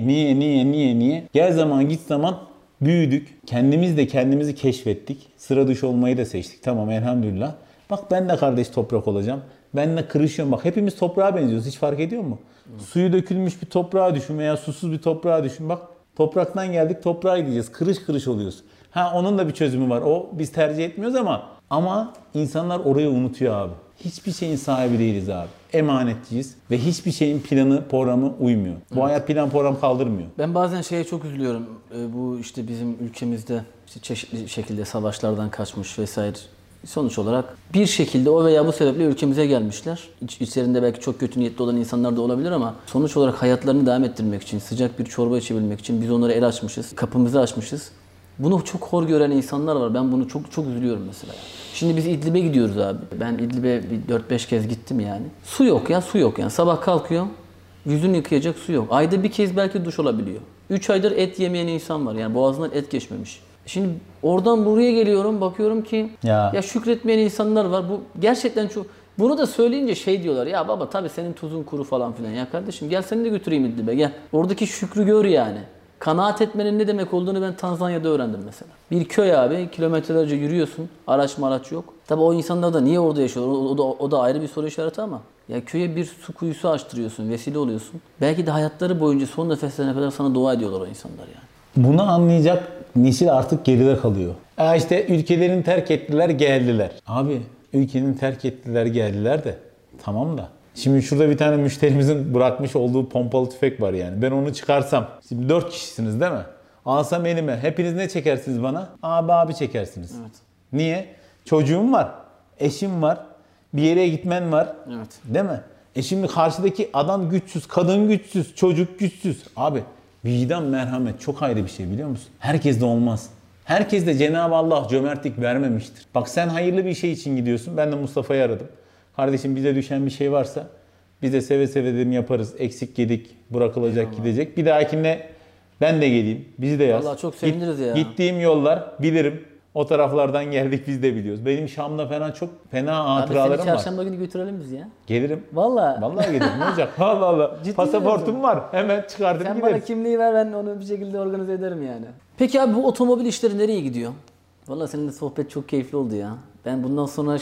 Niye? Gel zaman git zaman büyüdük. Kendimiz de kendimizi keşfettik. Sıra dışı olmayı da seçtik. Tamam elhamdülillah. Bak ben de kardeş toprak olacağım. Ben de kırışıyorum. Bak hepimiz toprağa benziyoruz. Hiç fark ediyor musun? Suyu dökülmüş bir toprağa düşün veya susuz bir toprağa düşün. Bak topraktan geldik toprağa gideceğiz. Kırış kırış oluyoruz. Ha onun da bir çözümü var. O biz tercih etmiyoruz ama insanlar orayı unutuyor abi. Hiçbir şeyin sahibi değiliz abi. Emanetçiyiz ve hiçbir şeyin planı, programı uymuyor. Bu hayat plan program kaldırmıyor. Ben bazen şeye çok üzülüyorum. Bu işte bizim ülkemizde işte çeşitli şekilde savaşlardan kaçmış vesaire. Sonuç olarak bir şekilde o veya bu sebeple ülkemize gelmişler. İçlerinde belki çok kötü niyetli olan insanlar da olabilir ama sonuç olarak hayatlarını devam ettirmek için, sıcak bir çorba içebilmek için biz onlara el açmışız, kapımızı açmışız. Bunu çok hor gören insanlar var. Ben bunu çok üzülüyorum mesela. Şimdi biz İdlib'e gidiyoruz abi. Ben İdlib'e bir 4-5 kez gittim yani. Su yok ya, su yok yani. Sabah kalkıyor, yüzünü yıkayacak su yok. Ayda bir kez belki duş olabiliyor. 3 aydır et yemeyen insan var. Yani boğazından et geçmemiş. Şimdi oradan buraya geliyorum, bakıyorum ki ya şükretmeyen insanlar var. Bu gerçekten çok... Bunu da söyleyince şey diyorlar. Ya baba tabii senin tuzun kuru falan filan. Ya kardeşim gel seni de götüreyim İdlib'e gel. Oradaki şükrü gör yani. Kanaat etmenin ne demek olduğunu ben Tanzanya'da öğrendim mesela. Bir köy abi, kilometrelerce yürüyorsun, araç yok. Tabii o insanlar da niye orada yaşıyorlar, o da ayrı bir soru işareti ama. Ya köye bir su kuyusu açtırıyorsun, vesile oluyorsun. Belki de hayatları boyunca son nefeslerine kadar sana dua ediyorlar o insanlar yani. Bunu anlayacak nesil artık geride kalıyor. İşte ülkelerini terk ettiler, geldiler. Abi ülkenin terk ettiler, geldiler de tamam da. Şimdi şurada bir tane müşterimizin bırakmış olduğu pompalı tüfek var yani. Ben onu çıkarsam, şimdi 4 kişisiniz değil mi? Alsam elime, hepiniz ne çekersiniz bana? Abi çekersiniz. Evet. Niye? Çocuğum var, eşim var, bir yere gitmen var. Evet. Değil mi? Şimdi karşıdaki adam güçsüz, kadın güçsüz, çocuk güçsüz. Abi vicdan, merhamet çok ayrı bir şey biliyor musun? Herkes de olmaz. Herkes de Cenab-ı Allah cömertlik vermemiştir. Bak sen hayırlı bir şey için gidiyorsun. Ben de Mustafa'yı aradım. Kardeşim bize düşen bir şey varsa biz de seve seve dedim yaparız. Eksik yedik, bırakılacak, eyvallah, gidecek. Bir dahakine ben de geleyim. Bizi de yaz. Vallahi çok seviniriz ya. Gittiğim yollar bilirim. O taraflardan geldik biz de biliyoruz. Benim Şam'da falan çok fena hatıralarım var. Abi seni çarşamba günü götürelim biz ya. Gelirim. Vallahi. Vallahi gelirim. Ne olacak? Allah. Pasaportum var. Hemen çıkardım sen gideriz. Bana kimliği ver ben onu bir şekilde organize ederim yani. Peki abi bu otomobil işleri nereye gidiyor? Vallahi seninle sohbet çok keyifli oldu ya. Ben bundan sonra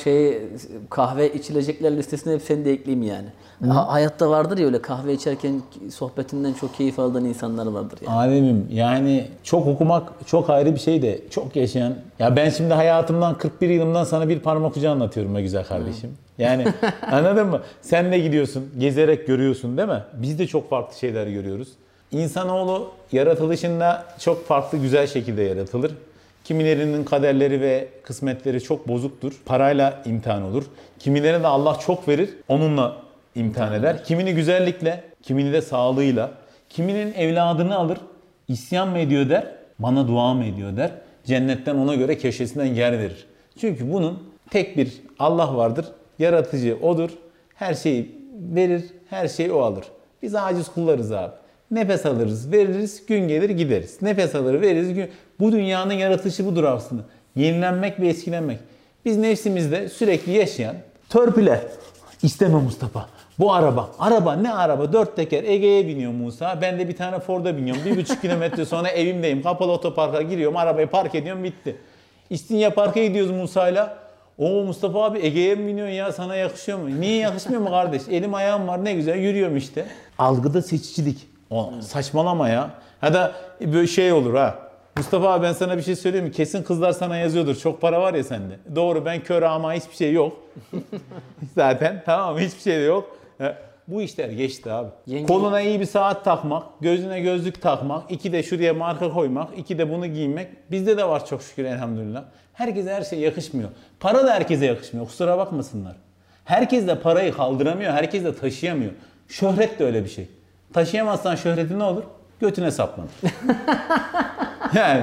kahve içilecekler listesine hep seni de ekleyeyim yani. Hayatta vardır ya öyle kahve içerken sohbetinden çok keyif aldığın insanlar vardır yani. Alemim yani çok okumak çok ayrı bir şey de çok yaşayan. Ya ben şimdi hayatımdan 41 yılımdan sana bir parmak ucu anlatıyorum be güzel kardeşim. Yani anladın mı? Sen de gidiyorsun, gezerek görüyorsun değil mi? Biz de çok farklı şeyler görüyoruz. İnsanoğlu yaratılışında çok farklı güzel şekilde yaratılır. Kimilerinin kaderleri ve kısmetleri çok bozuktur. Parayla imtihan olur. Kimilerine de Allah çok verir. Onunla imtihan eder. Kimini güzellikle, kimini de sağlığıyla. Kiminin evladını alır. İsyan mı ediyor der. bana dua mı ediyor der. Cennetten ona göre köşesinden yer verir. Çünkü bunun tek bir Allah vardır. Yaratıcı O'dur. Her şeyi verir, her şeyi O alır. Biz aciz kullarız abi. Nefes alırız, veririz, gün gelir gideriz. Nefes alır, veririz, gün... Bu dünyanın yaratışı budur aslında. Yenilenmek ve eskilenmek. Biz nefsimizde sürekli yaşayan törpüler. İsteme Mustafa. Bu araba. Araba ne araba? 4 teker Ege'ye biniyor Musa. Ben de bir tane Ford'a biniyorum. 1,5 kilometre sonra evimdeyim. Kapalı otoparka giriyorum. Arabayı park ediyorum. Bitti. İstinye Park'a gidiyoruz Musa'yla. Oo Mustafa abi Ege'ye mi biniyorsun ya? Sana yakışıyor mu? Niye yakışmıyor mu kardeş? Elim ayağım var ne güzel yürüyorum işte. Algıda seçicilik. O, saçmalama ya. Ha da böyle şey olur ha. Mustafa abi ben sana bir şey söyleyeyim mi? Kesin kızlar sana yazıyordur. Çok para var ya sende. Doğru ben kör ama hiçbir şey yok. Zaten tamam hiçbir şey de yok. Bu işler geçti abi. Koluna iyi bir saat takmak, gözüne gözlük takmak, 2 de şuraya marka koymak, 2 de bunu giymek. Bizde de var çok şükür elhamdülillah. Herkese her şey yakışmıyor. Para da herkese yakışmıyor. Kusura bakmasınlar. Herkes de parayı kaldıramıyor. Herkes de taşıyamıyor. Şöhret de öyle bir şey. Taşıyamazsan şöhreti ne olur? Götüne saplanır. Yani.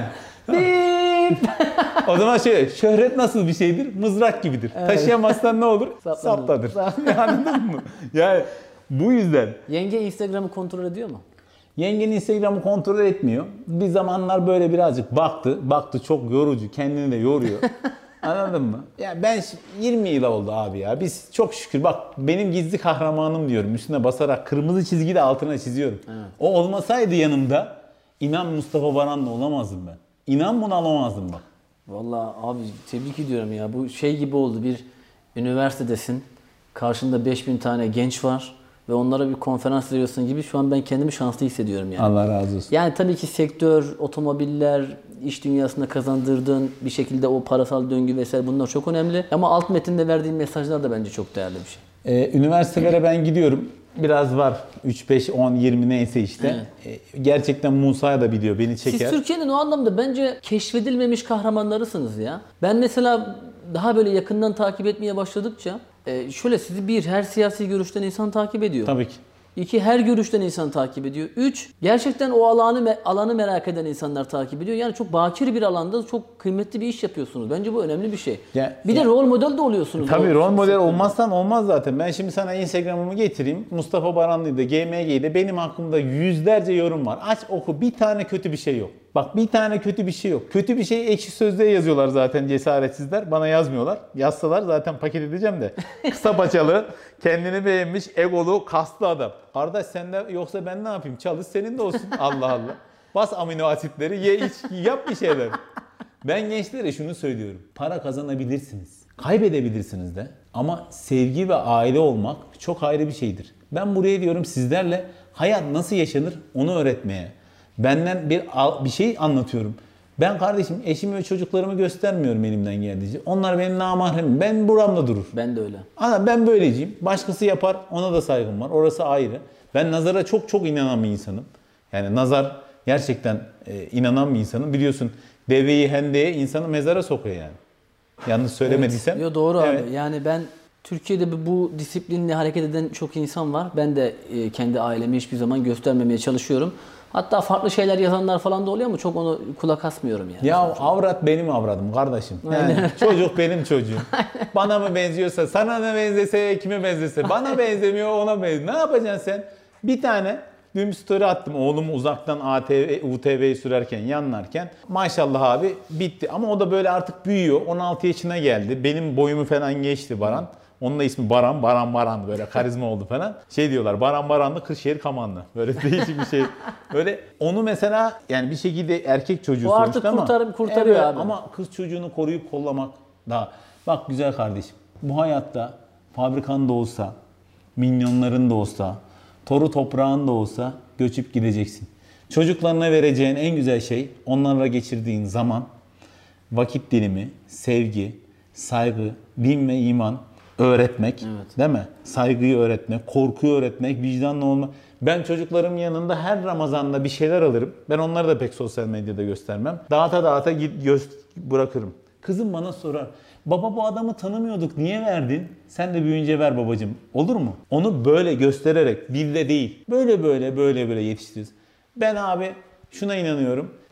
O zaman şöhret nasıl bir şeydir? Mızrak gibidir. Evet. Taşıyamazsan ne olur? Saplanır. Anladın mı? Yani bu yüzden. Yenge Instagram'ı kontrol ediyor mu? Yengenin Instagram'ı kontrol etmiyor. Bir zamanlar böyle birazcık baktı çok yorucu, kendini de yoruyor. Anladın mı? Ya ben 20 yıl oldu abi ya. Biz çok şükür bak benim gizli kahramanım diyorum. Üstüne basarak kırmızı çizgi de altına çiziyorum. Evet. O olmasaydı yanımda inan Mustafa Baran'la olamazdım ben. İnan bunu alamazdım bak. Vallahi abi tebrik ediyorum ya. Bu şey gibi oldu. Bir üniversitedesin. Karşında 5000 tane genç var. Ve onlara bir konferans veriyorsun gibi şu an ben kendimi şanslı hissediyorum yani. Allah razı olsun. Yani tabii ki sektör, otomobiller, iş dünyasında kazandırdığın bir şekilde o parasal döngü vesaire bunlar çok önemli. Ama alt metinde verdiğin mesajlar da bence çok değerli bir şey. Üniversitelere ben gidiyorum. Biraz var. 3, 5, 10, 20 neyse işte. Evet. Gerçekten Musa'ya da biliyor. Beni çeker. Siz Türkiye'nin o anlamda bence keşfedilmemiş kahramanlarısınız ya. Ben mesela daha böyle yakından takip etmeye başladıkça şöyle sizi her siyasi görüşten insan takip ediyor. Tabii ki. 2 her görüşten insan takip ediyor. 3 gerçekten o alanı merak eden insanlar takip ediyor. Yani çok bakir bir alanda çok kıymetli bir iş yapıyorsunuz. Bence bu önemli bir şey. Bir de rol model de oluyorsunuz. Tabii rol model olmazsan olmaz zaten. Ben şimdi sana Instagram'ımı getireyim. Mustafa Baranlı'ydı, GMG'de benim hakkımda yüzlerce yorum var. Aç oku bir tane kötü bir şey yok. Bak bir tane kötü bir şey yok. Kötü bir şey Ekşi Sözlüğe yazıyorlar zaten cesaretsizler. Bana yazmıyorlar. Yazsalar zaten paket edeceğim de. Kısa paçalı, kendini beğenmiş, egolu, kaslı adam. Kardeş sen de yoksa ben ne yapayım? Çalış senin de olsun. Allah Allah. Bas amino asitleri, ye iç, yap bir şeyler. Ben gençlere şunu söylüyorum. Para kazanabilirsiniz. Kaybedebilirsiniz de. Ama sevgi ve aile olmak çok ayrı bir şeydir. Ben buraya diyorum sizlerle hayat nasıl yaşanır onu öğretmeye. Benden bir şey anlatıyorum. Ben kardeşim eşimi ve çocuklarımı göstermiyorum elimden geldiğince. Onlar benim namahremim. Ben buramda durur. Ben de öyle. Ben böyleyim. Başkası yapar. Ona da saygım var. Orası ayrı. Ben nazara çok çok inanan bir insanım. Yani nazar gerçekten inanan bir insanım. Biliyorsun deveyi hendeye insanı mezara sokuyor yani. Yanlış söylemediysem. Evet. Yo, doğru evet. Abi. Yani ben Türkiye'de bu disiplinle hareket eden çok insan var. Ben de kendi ailemi hiçbir zaman göstermemeye çalışıyorum. Hatta farklı şeyler yazanlar falan da oluyor ama çok onu kulak asmıyorum yani. Ya avrat benim avradım kardeşim. Yani çocuk benim çocuğum. Bana mı benziyorsa, sana ne benzese, kime benzese. Bana benzemiyor, ona benziyor. Ne yapacaksın sen? Bir tane dün bir story attım. Oğlum uzaktan UTV'yi sürerken, yanlarken. Maşallah abi bitti. Ama o da böyle artık büyüyor. 16 yaşına geldi. Benim boyumu falan geçti Baran. Onun da ismi Baran böyle karizma oldu falan. Şey diyorlar Baranlı Kırşehir Kamanlı. Böyle değişik bir şey. Böyle onu mesela yani bir şekilde erkek çocuğu o artık kurtarıyor evet, abi. Ama kız çocuğunu koruyup kollamak daha. Bak güzel kardeşim bu hayatta fabrikan da olsa, milyonların da olsa, toru toprağın da olsa göçüp gideceksin. Çocuklarına vereceğin en güzel şey onlarla geçirdiğin zaman, vakit dilimi, sevgi, saygı, din ve iman öğretmek, evet. Değil mi? Saygıyı öğretmek, korkuyu öğretmek, vicdanlı olmak. Ben çocuklarım yanında her Ramazan'da bir şeyler alırım. Ben onları da pek sosyal medyada göstermem. Dağıta bırakırım. Kızım bana sorar. Baba bu adamı tanımıyorduk. Niye verdin? Sen de büyüyünce ver babacığım. Olur mu? Onu böyle göstererek, dille değil. Böyle yetiştiriyoruz. Ben abi şuna inanıyorum.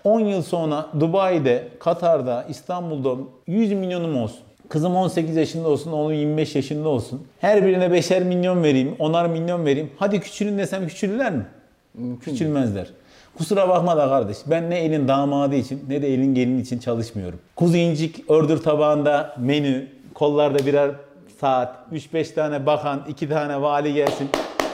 10 yıl sonra Dubai'de, Katar'da, İstanbul'da 100 milyonum olsun. Kızım 18 yaşında olsun, oğlum 25 yaşında olsun. Her birine 5'er milyon vereyim, 10'ar milyon vereyim. Hadi küçülün desem küçülürler mi? Küçülmezler. Kusura bakma da kardeş. Ben ne elin damadı için ne de elin gelini için çalışmıyorum. Kuzu incik, ördür tabağında menü, kollarda birer saat, 3-5 tane bakan, 2 tane vali gelsin.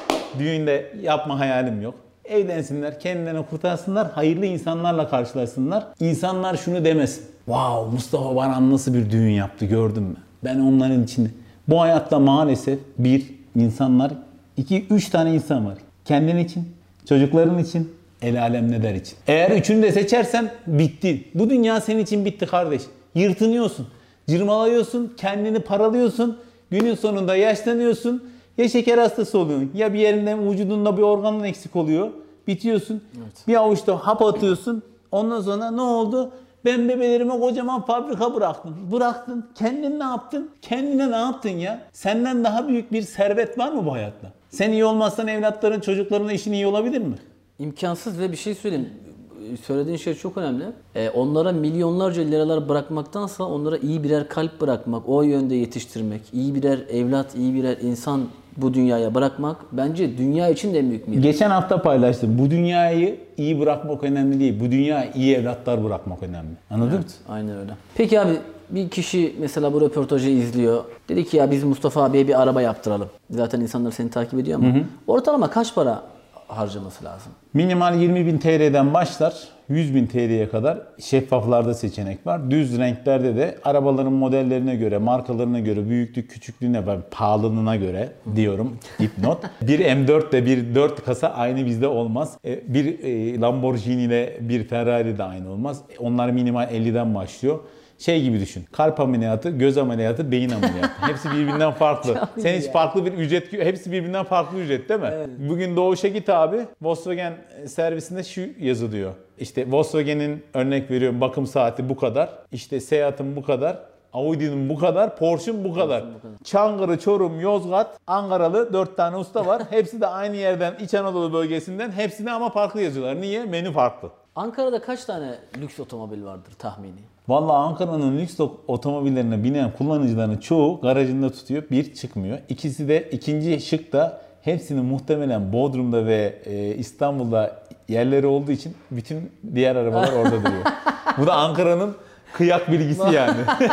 Düğünde yapma hayalim yok. Evlensinler, kendilerini kurtarsınlar, hayırlı insanlarla karşılaşsınlar. İnsanlar şunu demesin. Wow, Mustafa Baran nasıl bir düğün yaptı gördün mü? Ben onların içinde. Bu hayatta maalesef insanlar, 2-3 tane insan var. Kendin için, çocukların için, el alem ne der için. Eğer üçünü de seçersen bitti. Bu dünya senin için bitti kardeş. Yırtınıyorsun, cırmalıyorsun, kendini paralıyorsun. Günün sonunda yaşlanıyorsun. Ya şeker hastası oluyorsun, ya bir yerinden vücudunda bir organın eksik oluyor. Bitiyorsun. Evet. Bir avuçta hap atıyorsun. Ondan sonra ne oldu? Ben bebelerime kocaman fabrika bıraktım. Bıraktın. Kendin ne yaptın? Kendine ne yaptın ya? Senden daha büyük bir servet var mı bu hayatta? Sen iyi olmazsan evlatların, çocukların işin iyi olabilir mi? İmkansız ve bir şey söyleyeyim. Söylediğin şey çok önemli. Onlara milyonlarca liralar bırakmaktansa onlara iyi birer kalp bırakmak, o yönde yetiştirmek, iyi birer evlat, iyi birer insan bu dünyaya bırakmak bence dünya için de en büyük miras. Geçen hafta paylaştım. Bu dünyayı iyi bırakmak önemli değil. Bu dünyaya iyi evlatlar bırakmak önemli. Anladın mı? Aynen öyle. Peki abi bir kişi mesela bu röportajı izliyor. Dedi ki ya biz Mustafa abiye bir araba yaptıralım. Zaten insanlar seni takip ediyor ama ortalama kaç para harcaması lazım? Minimal 20.000 TL'den başlar. 100.000 TL'ye kadar şeffaflarda seçenek var. Düz renklerde de arabaların modellerine göre, markalarına göre, büyüklük, küçüklüğüne, pahalılığına göre diyorum. Dipnot. Bir M4 ile bir 4 kasa aynı bizde olmaz. Bir Lamborghini ile bir Ferrari de aynı olmaz. Onlar minimal 50'den başlıyor. Şey gibi düşün. Kalp ameliyatı, göz ameliyatı, beyin ameliyatı. Hepsi birbirinden farklı. Sen hiç farklı bir ücret, hepsi birbirinden farklı ücret değil mi? Evet. Bugün Doğuş'a git abi. Volkswagen servisinde şu yazılıyor. İşte Volkswagen'in örnek veriyorum bakım saati bu kadar. İşte Seat'ın bu kadar. Audi'nin bu kadar, Porsche'un bu kadar. Çankırı, Çorum, Yozgat, Ankaralı 4 tane usta var. Hepsi de aynı yerden, İç Anadolu bölgesinden. Hepsine ama farklı yazıyorlar. Niye? Menü farklı. Ankara'da kaç tane lüks otomobil vardır tahmini? Vallahi Ankara'nın lüks otomobillerine binen kullanıcıların çoğu garajında tutuyor. Bir çıkmıyor. İkinci şık da hepsinin muhtemelen Bodrum'da ve İstanbul'da yerleri olduğu için bütün diğer arabalar orada duruyor. Bu da Ankara'nın kıyak bilgisi yani.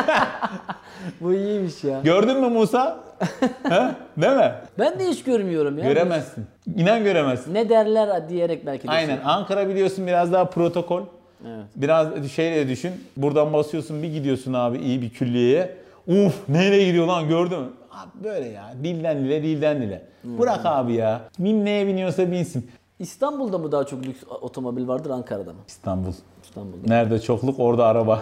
Bu iyiymiş ya. Gördün mü Musa? Değil mi? Ben de hiç görmüyorum ya. Göremezsin. İnan göremezsin. Ne derler diyerek belki de. Aynen. Ankara biliyorsun biraz daha protokol. Evet. Biraz şeyle düşün. Buradan basıyorsun bir gidiyorsun abi iyi bir külliyeye. Uf nereye gidiyor lan gördün mü? Abi böyle ya. Dilden dile. Bırak abi ya. Neye biniyorsa binsin. İstanbul'da mı daha çok lüks otomobil vardır Ankara'da mı? İstanbul'da. Nerede çokluk orada araba.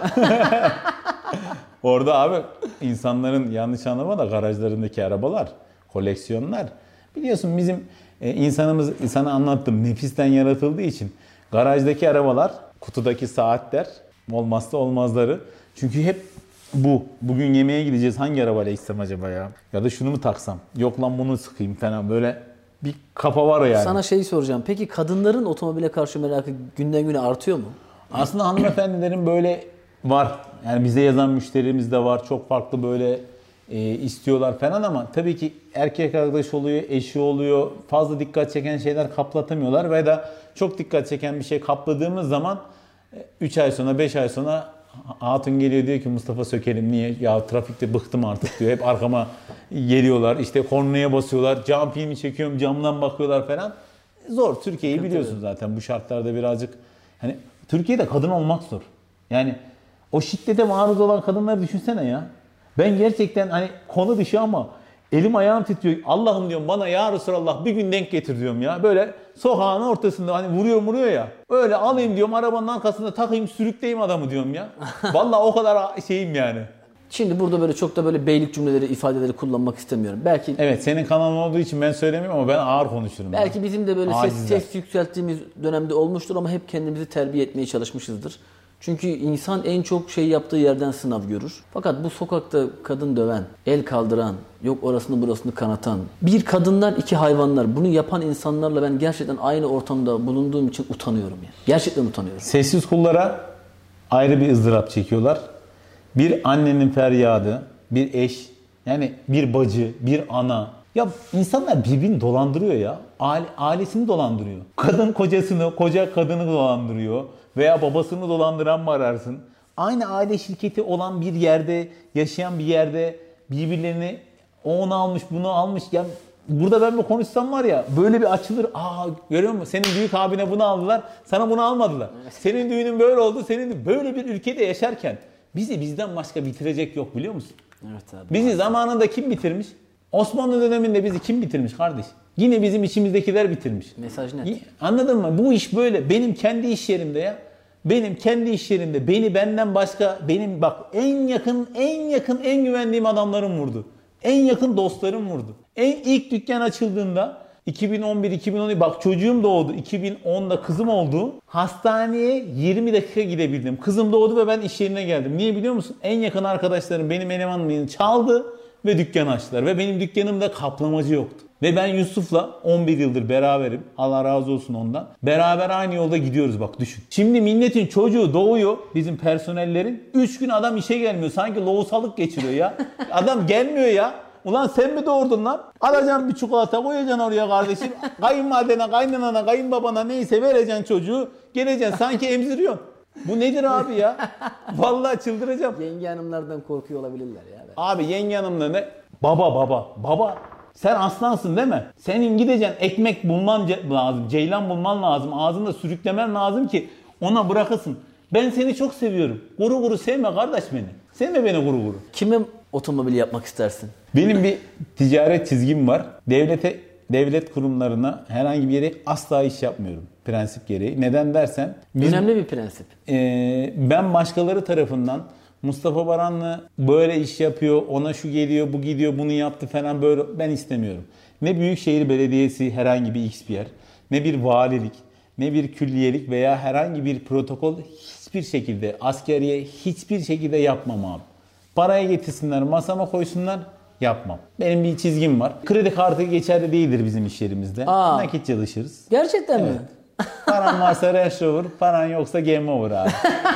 Orada abi insanların yanlış anlama da garajlarındaki arabalar, koleksiyonlar. Biliyorsun bizim insanımız sana anlattım nefisten yaratıldığı için garajdaki arabalar, kutudaki saatler olmazsa olmazları. Çünkü hep bugün yemeğe gideceğiz hangi arabayla gitsem acaba ya? Ya da şunu mu taksam? Yok lan bunu sıkayım falan böyle bir kafa var yani. Sana şeyi soracağım. Peki kadınların otomobile karşı merakı günden güne artıyor mu? Aslında hanımefendilerin böyle var. Yani bize yazan müşterimiz de var. Çok farklı böyle istiyorlar falan ama tabii ki erkek arkadaş oluyor, eşi oluyor. Fazla dikkat çeken şeyler kaplatamıyorlar ve da çok dikkat çeken bir şey kapladığımız zaman 3 ay sonra 5 ay sonra hatun geliyor diyor ki Mustafa sökelim niye? Ya trafikte bıktım artık diyor. Hep arkama geliyorlar. İşte kornaya basıyorlar. Cam filmi çekiyorum camdan bakıyorlar falan. Zor. Türkiye'yi biliyorsun zaten bu şartlarda birazcık. Hani Türkiye'de kadın olmak zor. Yani o şiddete maruz olan kadınları düşünsene ya. Ben gerçekten hani konu dışı ama elim ayağım titriyor. Allah'ım diyorum bana ya Resulallah bir gün denk getir diyorum ya. Böyle sokağın ortasında hani vuruyor ya. Öyle alayım diyorum arabanın arkasında takayım sürükleyeyim adamı diyorum ya. Vallahi o kadar şeyim yani. Şimdi burada böyle çok da böyle beylik cümleleri, ifadeleri kullanmak istemiyorum. Belki evet senin kanalın olduğu için ben söylemiyorum ama ben ağır konuşurum. Belki bizim de böyle ses yükselttiğimiz dönemde olmuştur ama hep kendimizi terbiye etmeye çalışmışızdır. Çünkü insan en çok şey yaptığı yerden sınav görür. Fakat bu sokakta kadın döven, el kaldıran, yok orasını burasını kanatan, bir kadınlar iki hayvanlar, bunu yapan insanlarla ben gerçekten aynı ortamda bulunduğum için utanıyorum yani. Gerçekten utanıyorum. Sessiz kullara ayrı bir ızdırap çekiyorlar. Bir annenin feryadı, bir eş, yani bir bacı, bir ana. Ya insanlar birbirini dolandırıyor ya. Ailesini dolandırıyor. Kadın kocasını, koca kadını dolandırıyor. Veya babasını dolandıran mı ararsın? Aynı aile şirketi olan bir yerde, yaşayan bir yerde birbirlerini o onu almış, bunu almış. Ya burada ben bir konuşsam var ya böyle bir açılır. Aa görüyor musun? Senin büyük abine bunu aldılar, sana bunu almadılar. Senin düğünün böyle oldu, senin böyle bir ülkede yaşarken bizi bizden başka bitirecek yok biliyor musun? Evet abi. Bizi zamanında kim bitirmiş? Osmanlı döneminde bizi kim bitirmiş kardeş? Yine bizim içimizdekiler bitirmiş. Mesaj net. Anladın mı? Bu iş böyle. Benim kendi iş yerimde ya. Benim kendi iş yerimde beni benden başka benim bak en güvendiğim adamlarım vurdu. En yakın dostlarım vurdu. İlk dükkan açıldığında 2011-2012 bak çocuğum doğdu. 2010'da kızım oldu. Hastaneye 20 dakika gidebildim. Kızım doğdu ve ben iş yerine geldim. Niye biliyor musun? En yakın arkadaşlarım benim elemanımı çaldı ve dükkan açtılar. Ve benim dükkanımda kaplamacı yoktu. Ve ben Yusuf'la 11 yıldır beraberim. Allah razı olsun ondan. Beraber aynı yolda gidiyoruz bak düşün. Şimdi milletin çocuğu doğuyor bizim personellerin. 3 gün adam işe gelmiyor. Sanki lohusalık geçiriyor ya. Adam gelmiyor ya. Ulan sen mi doğurdun lan? Alacaksın bir çikolata koyacaksın oraya kardeşim. Kayınvalidene, kaynanana, kayınbabana neyse vereceksin çocuğu. Geleceksin sanki emziriyorsun. Bu nedir abi ya? Vallahi çıldıracağım. Yenge hanımlardan korkuyor olabilirler ya. Abi yenge hanımla ne? Baba. Sen aslansın değil mi? Senin gideceksin ekmek bulman lazım. Ceylan bulman lazım. Ağzında sürüklemen lazım ki ona bırakasın. Ben seni çok seviyorum. Guru guru sevme kardeş beni. Sevme beni guru guru. Kime otomobil yapmak istersin? Benim bir ticaret çizgim var. Devlet kurumlarına herhangi bir yere asla iş yapmıyorum. Prensip gereği. Neden dersen. Önemli bir prensip. Ben başkaları tarafından Mustafa Baranlı böyle iş yapıyor, ona şu geliyor, bu gidiyor, bunu yaptı falan böyle ben istemiyorum. Ne Büyükşehir Belediyesi herhangi bir X bir yer, ne bir valilik, ne bir külliyelik veya herhangi bir protokol hiçbir şekilde askeriye hiçbir şekilde yapmam abi. Paraya getirsinler, masama koysunlar, yapmam. Benim bir çizgim var. Kredi kartı geçerli değildir bizim iş yerimizde. Nakit çalışırız. Gerçekten mi? Paran varsa Range Rover, paran yoksa Game Over abi.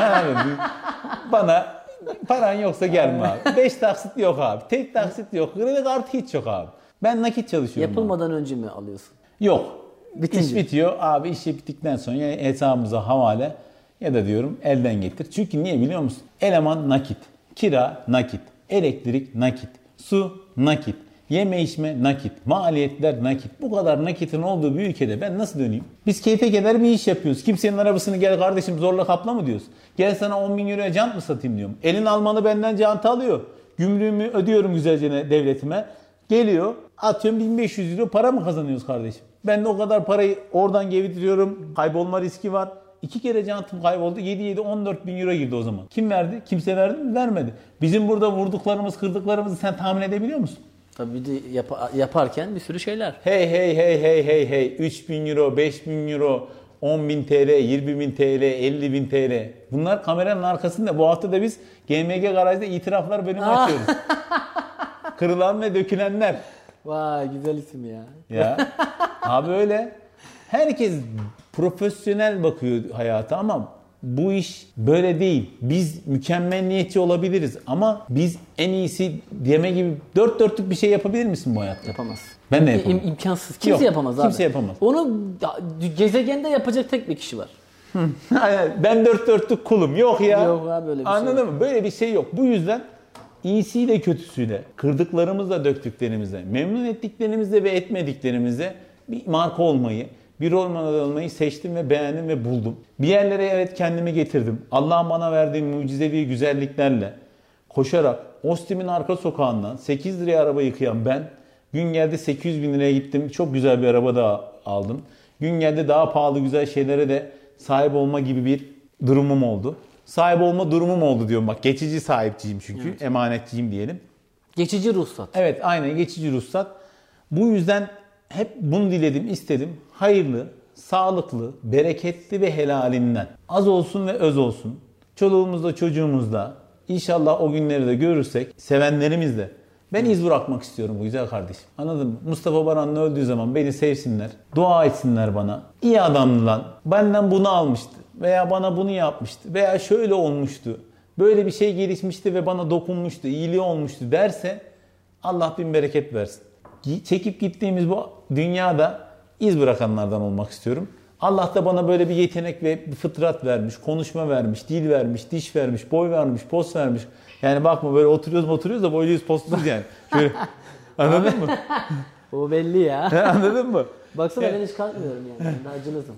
Bana paran yoksa gelme abi. 5 taksit yok abi. Tek taksit yok. Kredi kartı hiç yok abi. Ben nakit çalışıyorum. Yapılmadan önce mi alıyorsun? Yok. Bitince. İş bitiyor. Abi iş bittikten sonra ya hesabımıza havale ya da diyorum elden getir. Çünkü niye biliyor musun? Eleman nakit. Kira nakit. Elektrik nakit. Su nakit. Yeme içme nakit. Maliyetler nakit. Bu kadar nakitin olduğu bir ülkede ben nasıl döneyim? Biz keyfe keder bir iş yapıyoruz. Kimsenin arabasını gel kardeşim zorla kapla mı diyoruz? Gel sana 10 bin euroya jant mı satayım diyorum. Elin Almanı benden jantı alıyor. Gümrüğümü ödüyorum güzelce devletime. Geliyor atıyorum 1500 euro para mı kazanıyoruz kardeşim? Ben de o kadar parayı oradan gevidiriyorum. Kaybolma riski var. 2 kere jantım kayboldu. 14 bin euro girdi o zaman. Kim verdi? Kimse verdi mi? Vermedi. Bizim burada vurduklarımız, kırdıklarımızı sen tahmin edebiliyor musun? Tabii bir de yaparken bir sürü şeyler. Hey. 3 bin euro, 5 bin euro, 10 bin TL, 20 bin TL, 50 bin TL. Bunlar kameranın arkasında. Bu hafta da biz GMG Garaj'da itiraflar bölümü açıyoruz. Kırılan ve dökülenler. Vay güzel isim ya. Ya abi öyle. Herkes profesyonel bakıyor hayata ama bu iş böyle değil. Biz mükemmelliyetçi olabiliriz ama biz en iyisi deme gibi dört dörtlük bir şey yapabilir misin bu hayatta? Yapamaz. Ben de yapamam. İmkansız. Kimse yapamaz abi. Kimse yapamaz. Onu gezegende yapacak tek bir kişi var. Ben dört dörtlük kulum. Yok ya. Yok abi böyle bir Anladın şey mı? Böyle bir şey yok. Bu yüzden iyisiyle kötüsüyle, kırdıklarımızla döktüklerimizle, memnun ettiklerimizle ve etmediklerimizle bir marka olmayı, bir rol model olmayı seçtim ve beğendim ve buldum. Bir yerlere evet kendimi getirdim. Allah'ın bana verdiği mucizevi güzelliklerle koşarak Ostim'in arka sokağından 8 liraya araba yıkayan ben gün geldi 800 bin liraya gittim. Çok güzel bir araba da aldım. Gün geldi daha pahalı güzel şeylere de sahip olma gibi bir durumum oldu. Sahip olma durumum oldu diyorum bak. Geçici sahipçiyim çünkü. Evet. Emanetçiyim diyelim. Geçici ruhsat. Evet aynen geçici ruhsat. Bu yüzden hep bunu diledim, istedim. Hayırlı, sağlıklı, bereketli ve helalinden. Az olsun ve öz olsun. çoluğumuzda, çocuğumuzda inşallah o günleri de görürsek, sevenlerimizle ben iz bırakmak istiyorum bu güzel kardeşim. Anladın mı? Mustafa Baran'ın öldüğü zaman beni sevsinler, dua etsinler bana. İyi adamdı lan, benden bunu almıştı veya bana bunu yapmıştı veya şöyle olmuştu. Böyle bir şey gelişmişti ve bana dokunmuştu, iyiliği olmuştu derse Allah bin bereket versin. Çekip gittiğimiz bu dünyada iz bırakanlardan olmak istiyorum. Allah da bana böyle bir yetenek ve bir fıtrat vermiş, konuşma vermiş, dil vermiş, diş vermiş, boy vermiş, poz vermiş. Yani bakma böyle oturuyoruz da boyluyuz, postuz yani. Şöyle, anladın mı? O belli ya. Anladın mı? Baksana ben hiç kalkmıyorum yani. Ben daha cılızım.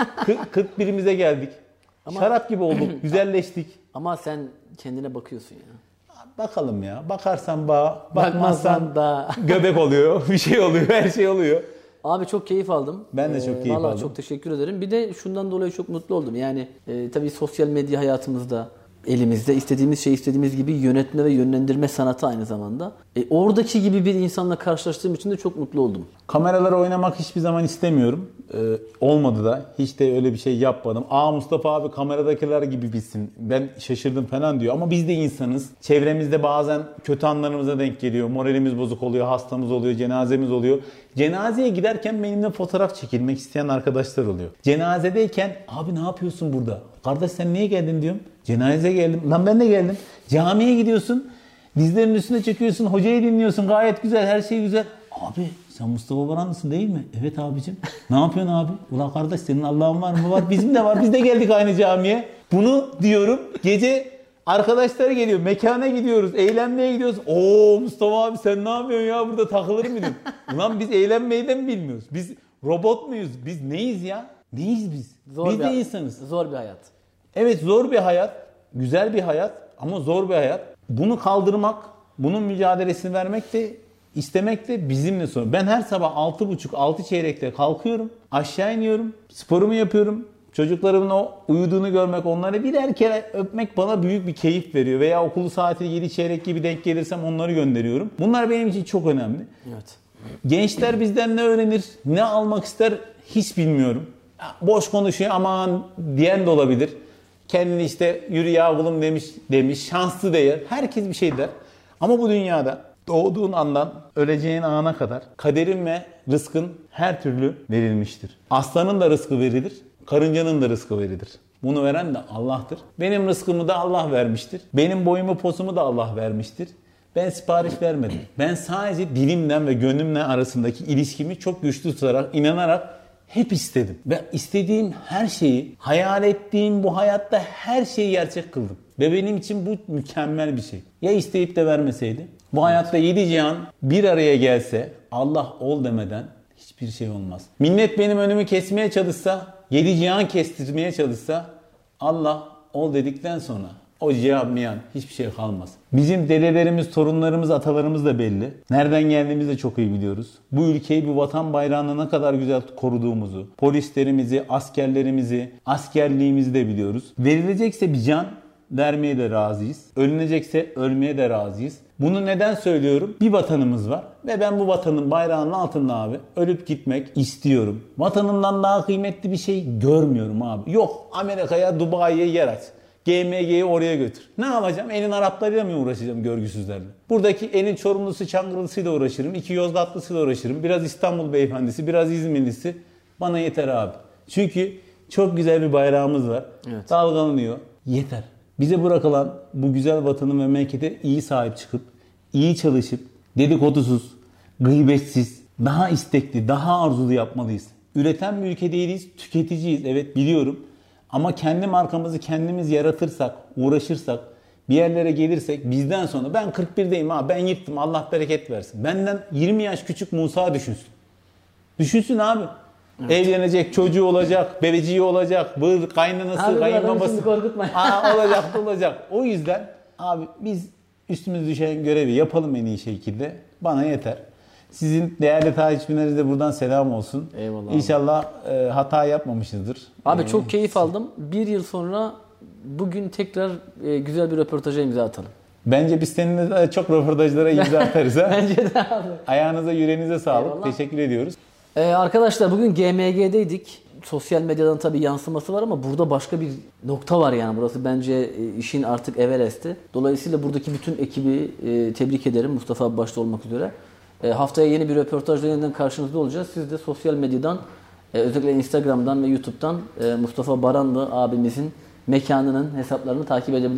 41'imize geldik. Şarap gibi olduk, güzelleştik. Ama sen kendine bakıyorsun ya. Bakalım ya. Bakarsan bağ, bakmazsan da. göbek oluyor, bir şey oluyor, her şey oluyor. Abi çok keyif aldım. Ben de çok keyif vallahi aldım. çok teşekkür ederim. Bir de şundan dolayı çok mutlu oldum. Yani tabii sosyal medya hayatımızda elimizde istediğimiz şeyi istediğimiz gibi yönetme ve yönlendirme sanatı aynı zamanda. Oradaki gibi bir insanla karşılaştığım için de çok mutlu oldum. Kameralara oynamak hiçbir zaman istemiyorum. Olmadı da. Hiç de öyle bir şey yapmadım. Mustafa abi kameradakiler gibi bilsin. Ben şaşırdım falan diyor. Ama biz de insanız. Çevremizde bazen kötü anlarımıza denk geliyor. Moralimiz bozuk oluyor, hastamız oluyor, cenazemiz oluyor. Cenazeye giderken benimle fotoğraf çekilmek isteyen arkadaşlar oluyor. Cenazedeyken abi ne yapıyorsun burada? Kardeş sen niye geldin diyorum. Cenazeye geldim. Lan ben de geldim. Camiye gidiyorsun. Dizlerinin üstüne çekiyorsun. Hocayı dinliyorsun. Gayet güzel. Her şey güzel. Abi sen Mustafa Baranlısın değil mi? Evet abicim. Ne yapıyorsun abi? Ulan kardeş senin Allah'ın var mı? Var. Bizim de var. Biz de geldik aynı camiye. Bunu diyorum. Gece arkadaşlar geliyor. Mekana gidiyoruz. Eğlenmeye gidiyoruz. Oo Mustafa abi sen ne yapıyorsun ya? Burada takılır mıydın? Ulan biz eğlenmeyi de mi bilmiyoruz? Biz robot muyuz? Biz neyiz ya? Neyiz biz? Biz de insanız. Zor bir hayat. Evet zor bir hayat. Güzel bir hayat. Ama zor bir hayat. Bunu kaldırmak, bunun mücadelesini vermek de İstemek de bizimle sorun. Ben her sabah 6.30-6 çeyrekte kalkıyorum. Aşağı iniyorum. Sporumu yapıyorum. Çocuklarımın o uyuduğunu görmek, onları birer kere öpmek bana büyük bir keyif veriyor. Veya okulu saati 7 çeyrek gibi denk gelirsem onları gönderiyorum. Bunlar benim için çok önemli. Evet. Gençler bizden ne öğrenir, ne almak ister hiç bilmiyorum. Boş konuşuyor aman diyen de olabilir. Kendini işte yürü ya oğlum demiş. Şanslı değil. Herkes bir şey der. Ama bu dünyada doğduğun andan öleceğin ana kadar kaderin ve rızkın her türlü verilmiştir. Aslanın da rızkı verilir, karıncanın da rızkı verilir. Bunu veren de Allah'tır. Benim rızkımı da Allah vermiştir. Benim boyumu posumu da Allah vermiştir. Ben sipariş vermedim. Ben sadece dilimden ve gönlümle arasındaki ilişkimi çok güçlü tutarak, inanarak hep istedim. Ve istediğim her şeyi, hayal ettiğim bu hayatta her şeyi gerçek kıldım. Ve benim için bu mükemmel bir şey. Ya isteyip de vermeseydi? Bu hayatta 7 cihan bir araya gelse Allah ol demeden hiçbir şey olmaz. Millet benim önümü kesmeye çalışsa, 7 cihan kestirmeye çalışsa Allah ol dedikten sonra o cihan miyan hiçbir şey kalmaz. Bizim dedelerimiz, torunlarımız, atalarımız da belli. Nereden geldiğimizi de çok iyi biliyoruz. Bu ülkeyi, bu vatan bayrağını ne kadar güzel koruduğumuzu, polislerimizi, askerlerimizi, askerliğimizi de biliyoruz. Verilecekse bir can vermeye de razıyız. Ölünecekse ölmeye de razıyız. Bunu neden söylüyorum? Bir vatanımız var ve ben bu vatanın bayrağının altında abi ölüp gitmek istiyorum. Vatanımdan daha kıymetli bir şey görmüyorum abi. Yok Amerika'ya, Dubai'ye yer aç. GMG'yi oraya götür. Ne yapacağım? Elin Araplarıyla mı uğraşacağım görgüsüzlerle? Buradaki elin Çorumlusu, Çankırılısıyla uğraşırım. 2 Yozgatlısıyla uğraşırım. Biraz İstanbul beyefendisi, biraz İzmirlisi. Bana yeter abi. Çünkü çok güzel bir bayrağımız var. Evet. Dalgalanıyor. Yeter. Bize bırakılan bu güzel vatanın ve memlekete iyi sahip çıkıp, iyi çalışıp, dedikodusuz, gıybetsiz, daha istekli, daha arzulu yapmalıyız. Üreten bir ülke değiliz, tüketiciyiz. Evet biliyorum. Ama kendi markamızı kendimiz yaratırsak, uğraşırsak, bir yerlere gelirsek bizden sonra ben 41'deyim ha ben yırttım Allah bereket versin. Benden 20 yaş küçük Musa düşünsün. Düşünsün abi. Evet. Evlenecek, çocuğu olacak, bebeciği olacak, kaynanası, kayınbabası olacak. O yüzden abi biz üstümüze düşen görevi yapalım en iyi şekilde. Bana yeter. Sizin değerli takipçilerinize de buradan selam olsun. Eyvallah. İnşallah hata yapmamışızdır. Abi çok keyif aldım. Bir yıl sonra bugün tekrar güzel bir röportaja imza atalım. Bence biz seninle çok röportajlara imza atarız ha. Bence de abi. Ayağınıza yüreğinize sağlık. Eyvallah. Teşekkür ediyoruz. Arkadaşlar bugün GMG'deydik. sosyal medyadan tabii yansıması var ama burada başka bir nokta var yani. Burası bence işin artık Everest'i. Dolayısıyla buradaki bütün ekibi tebrik ederim. Mustafa abi başta olmak üzere. Haftaya yeni bir röportajla yeniden karşınızda olacağız. Siz de sosyal medyadan, özellikle Instagram'dan ve YouTube'dan Mustafa Baranlı abimizin mekanının hesaplarını takip edebilirsiniz.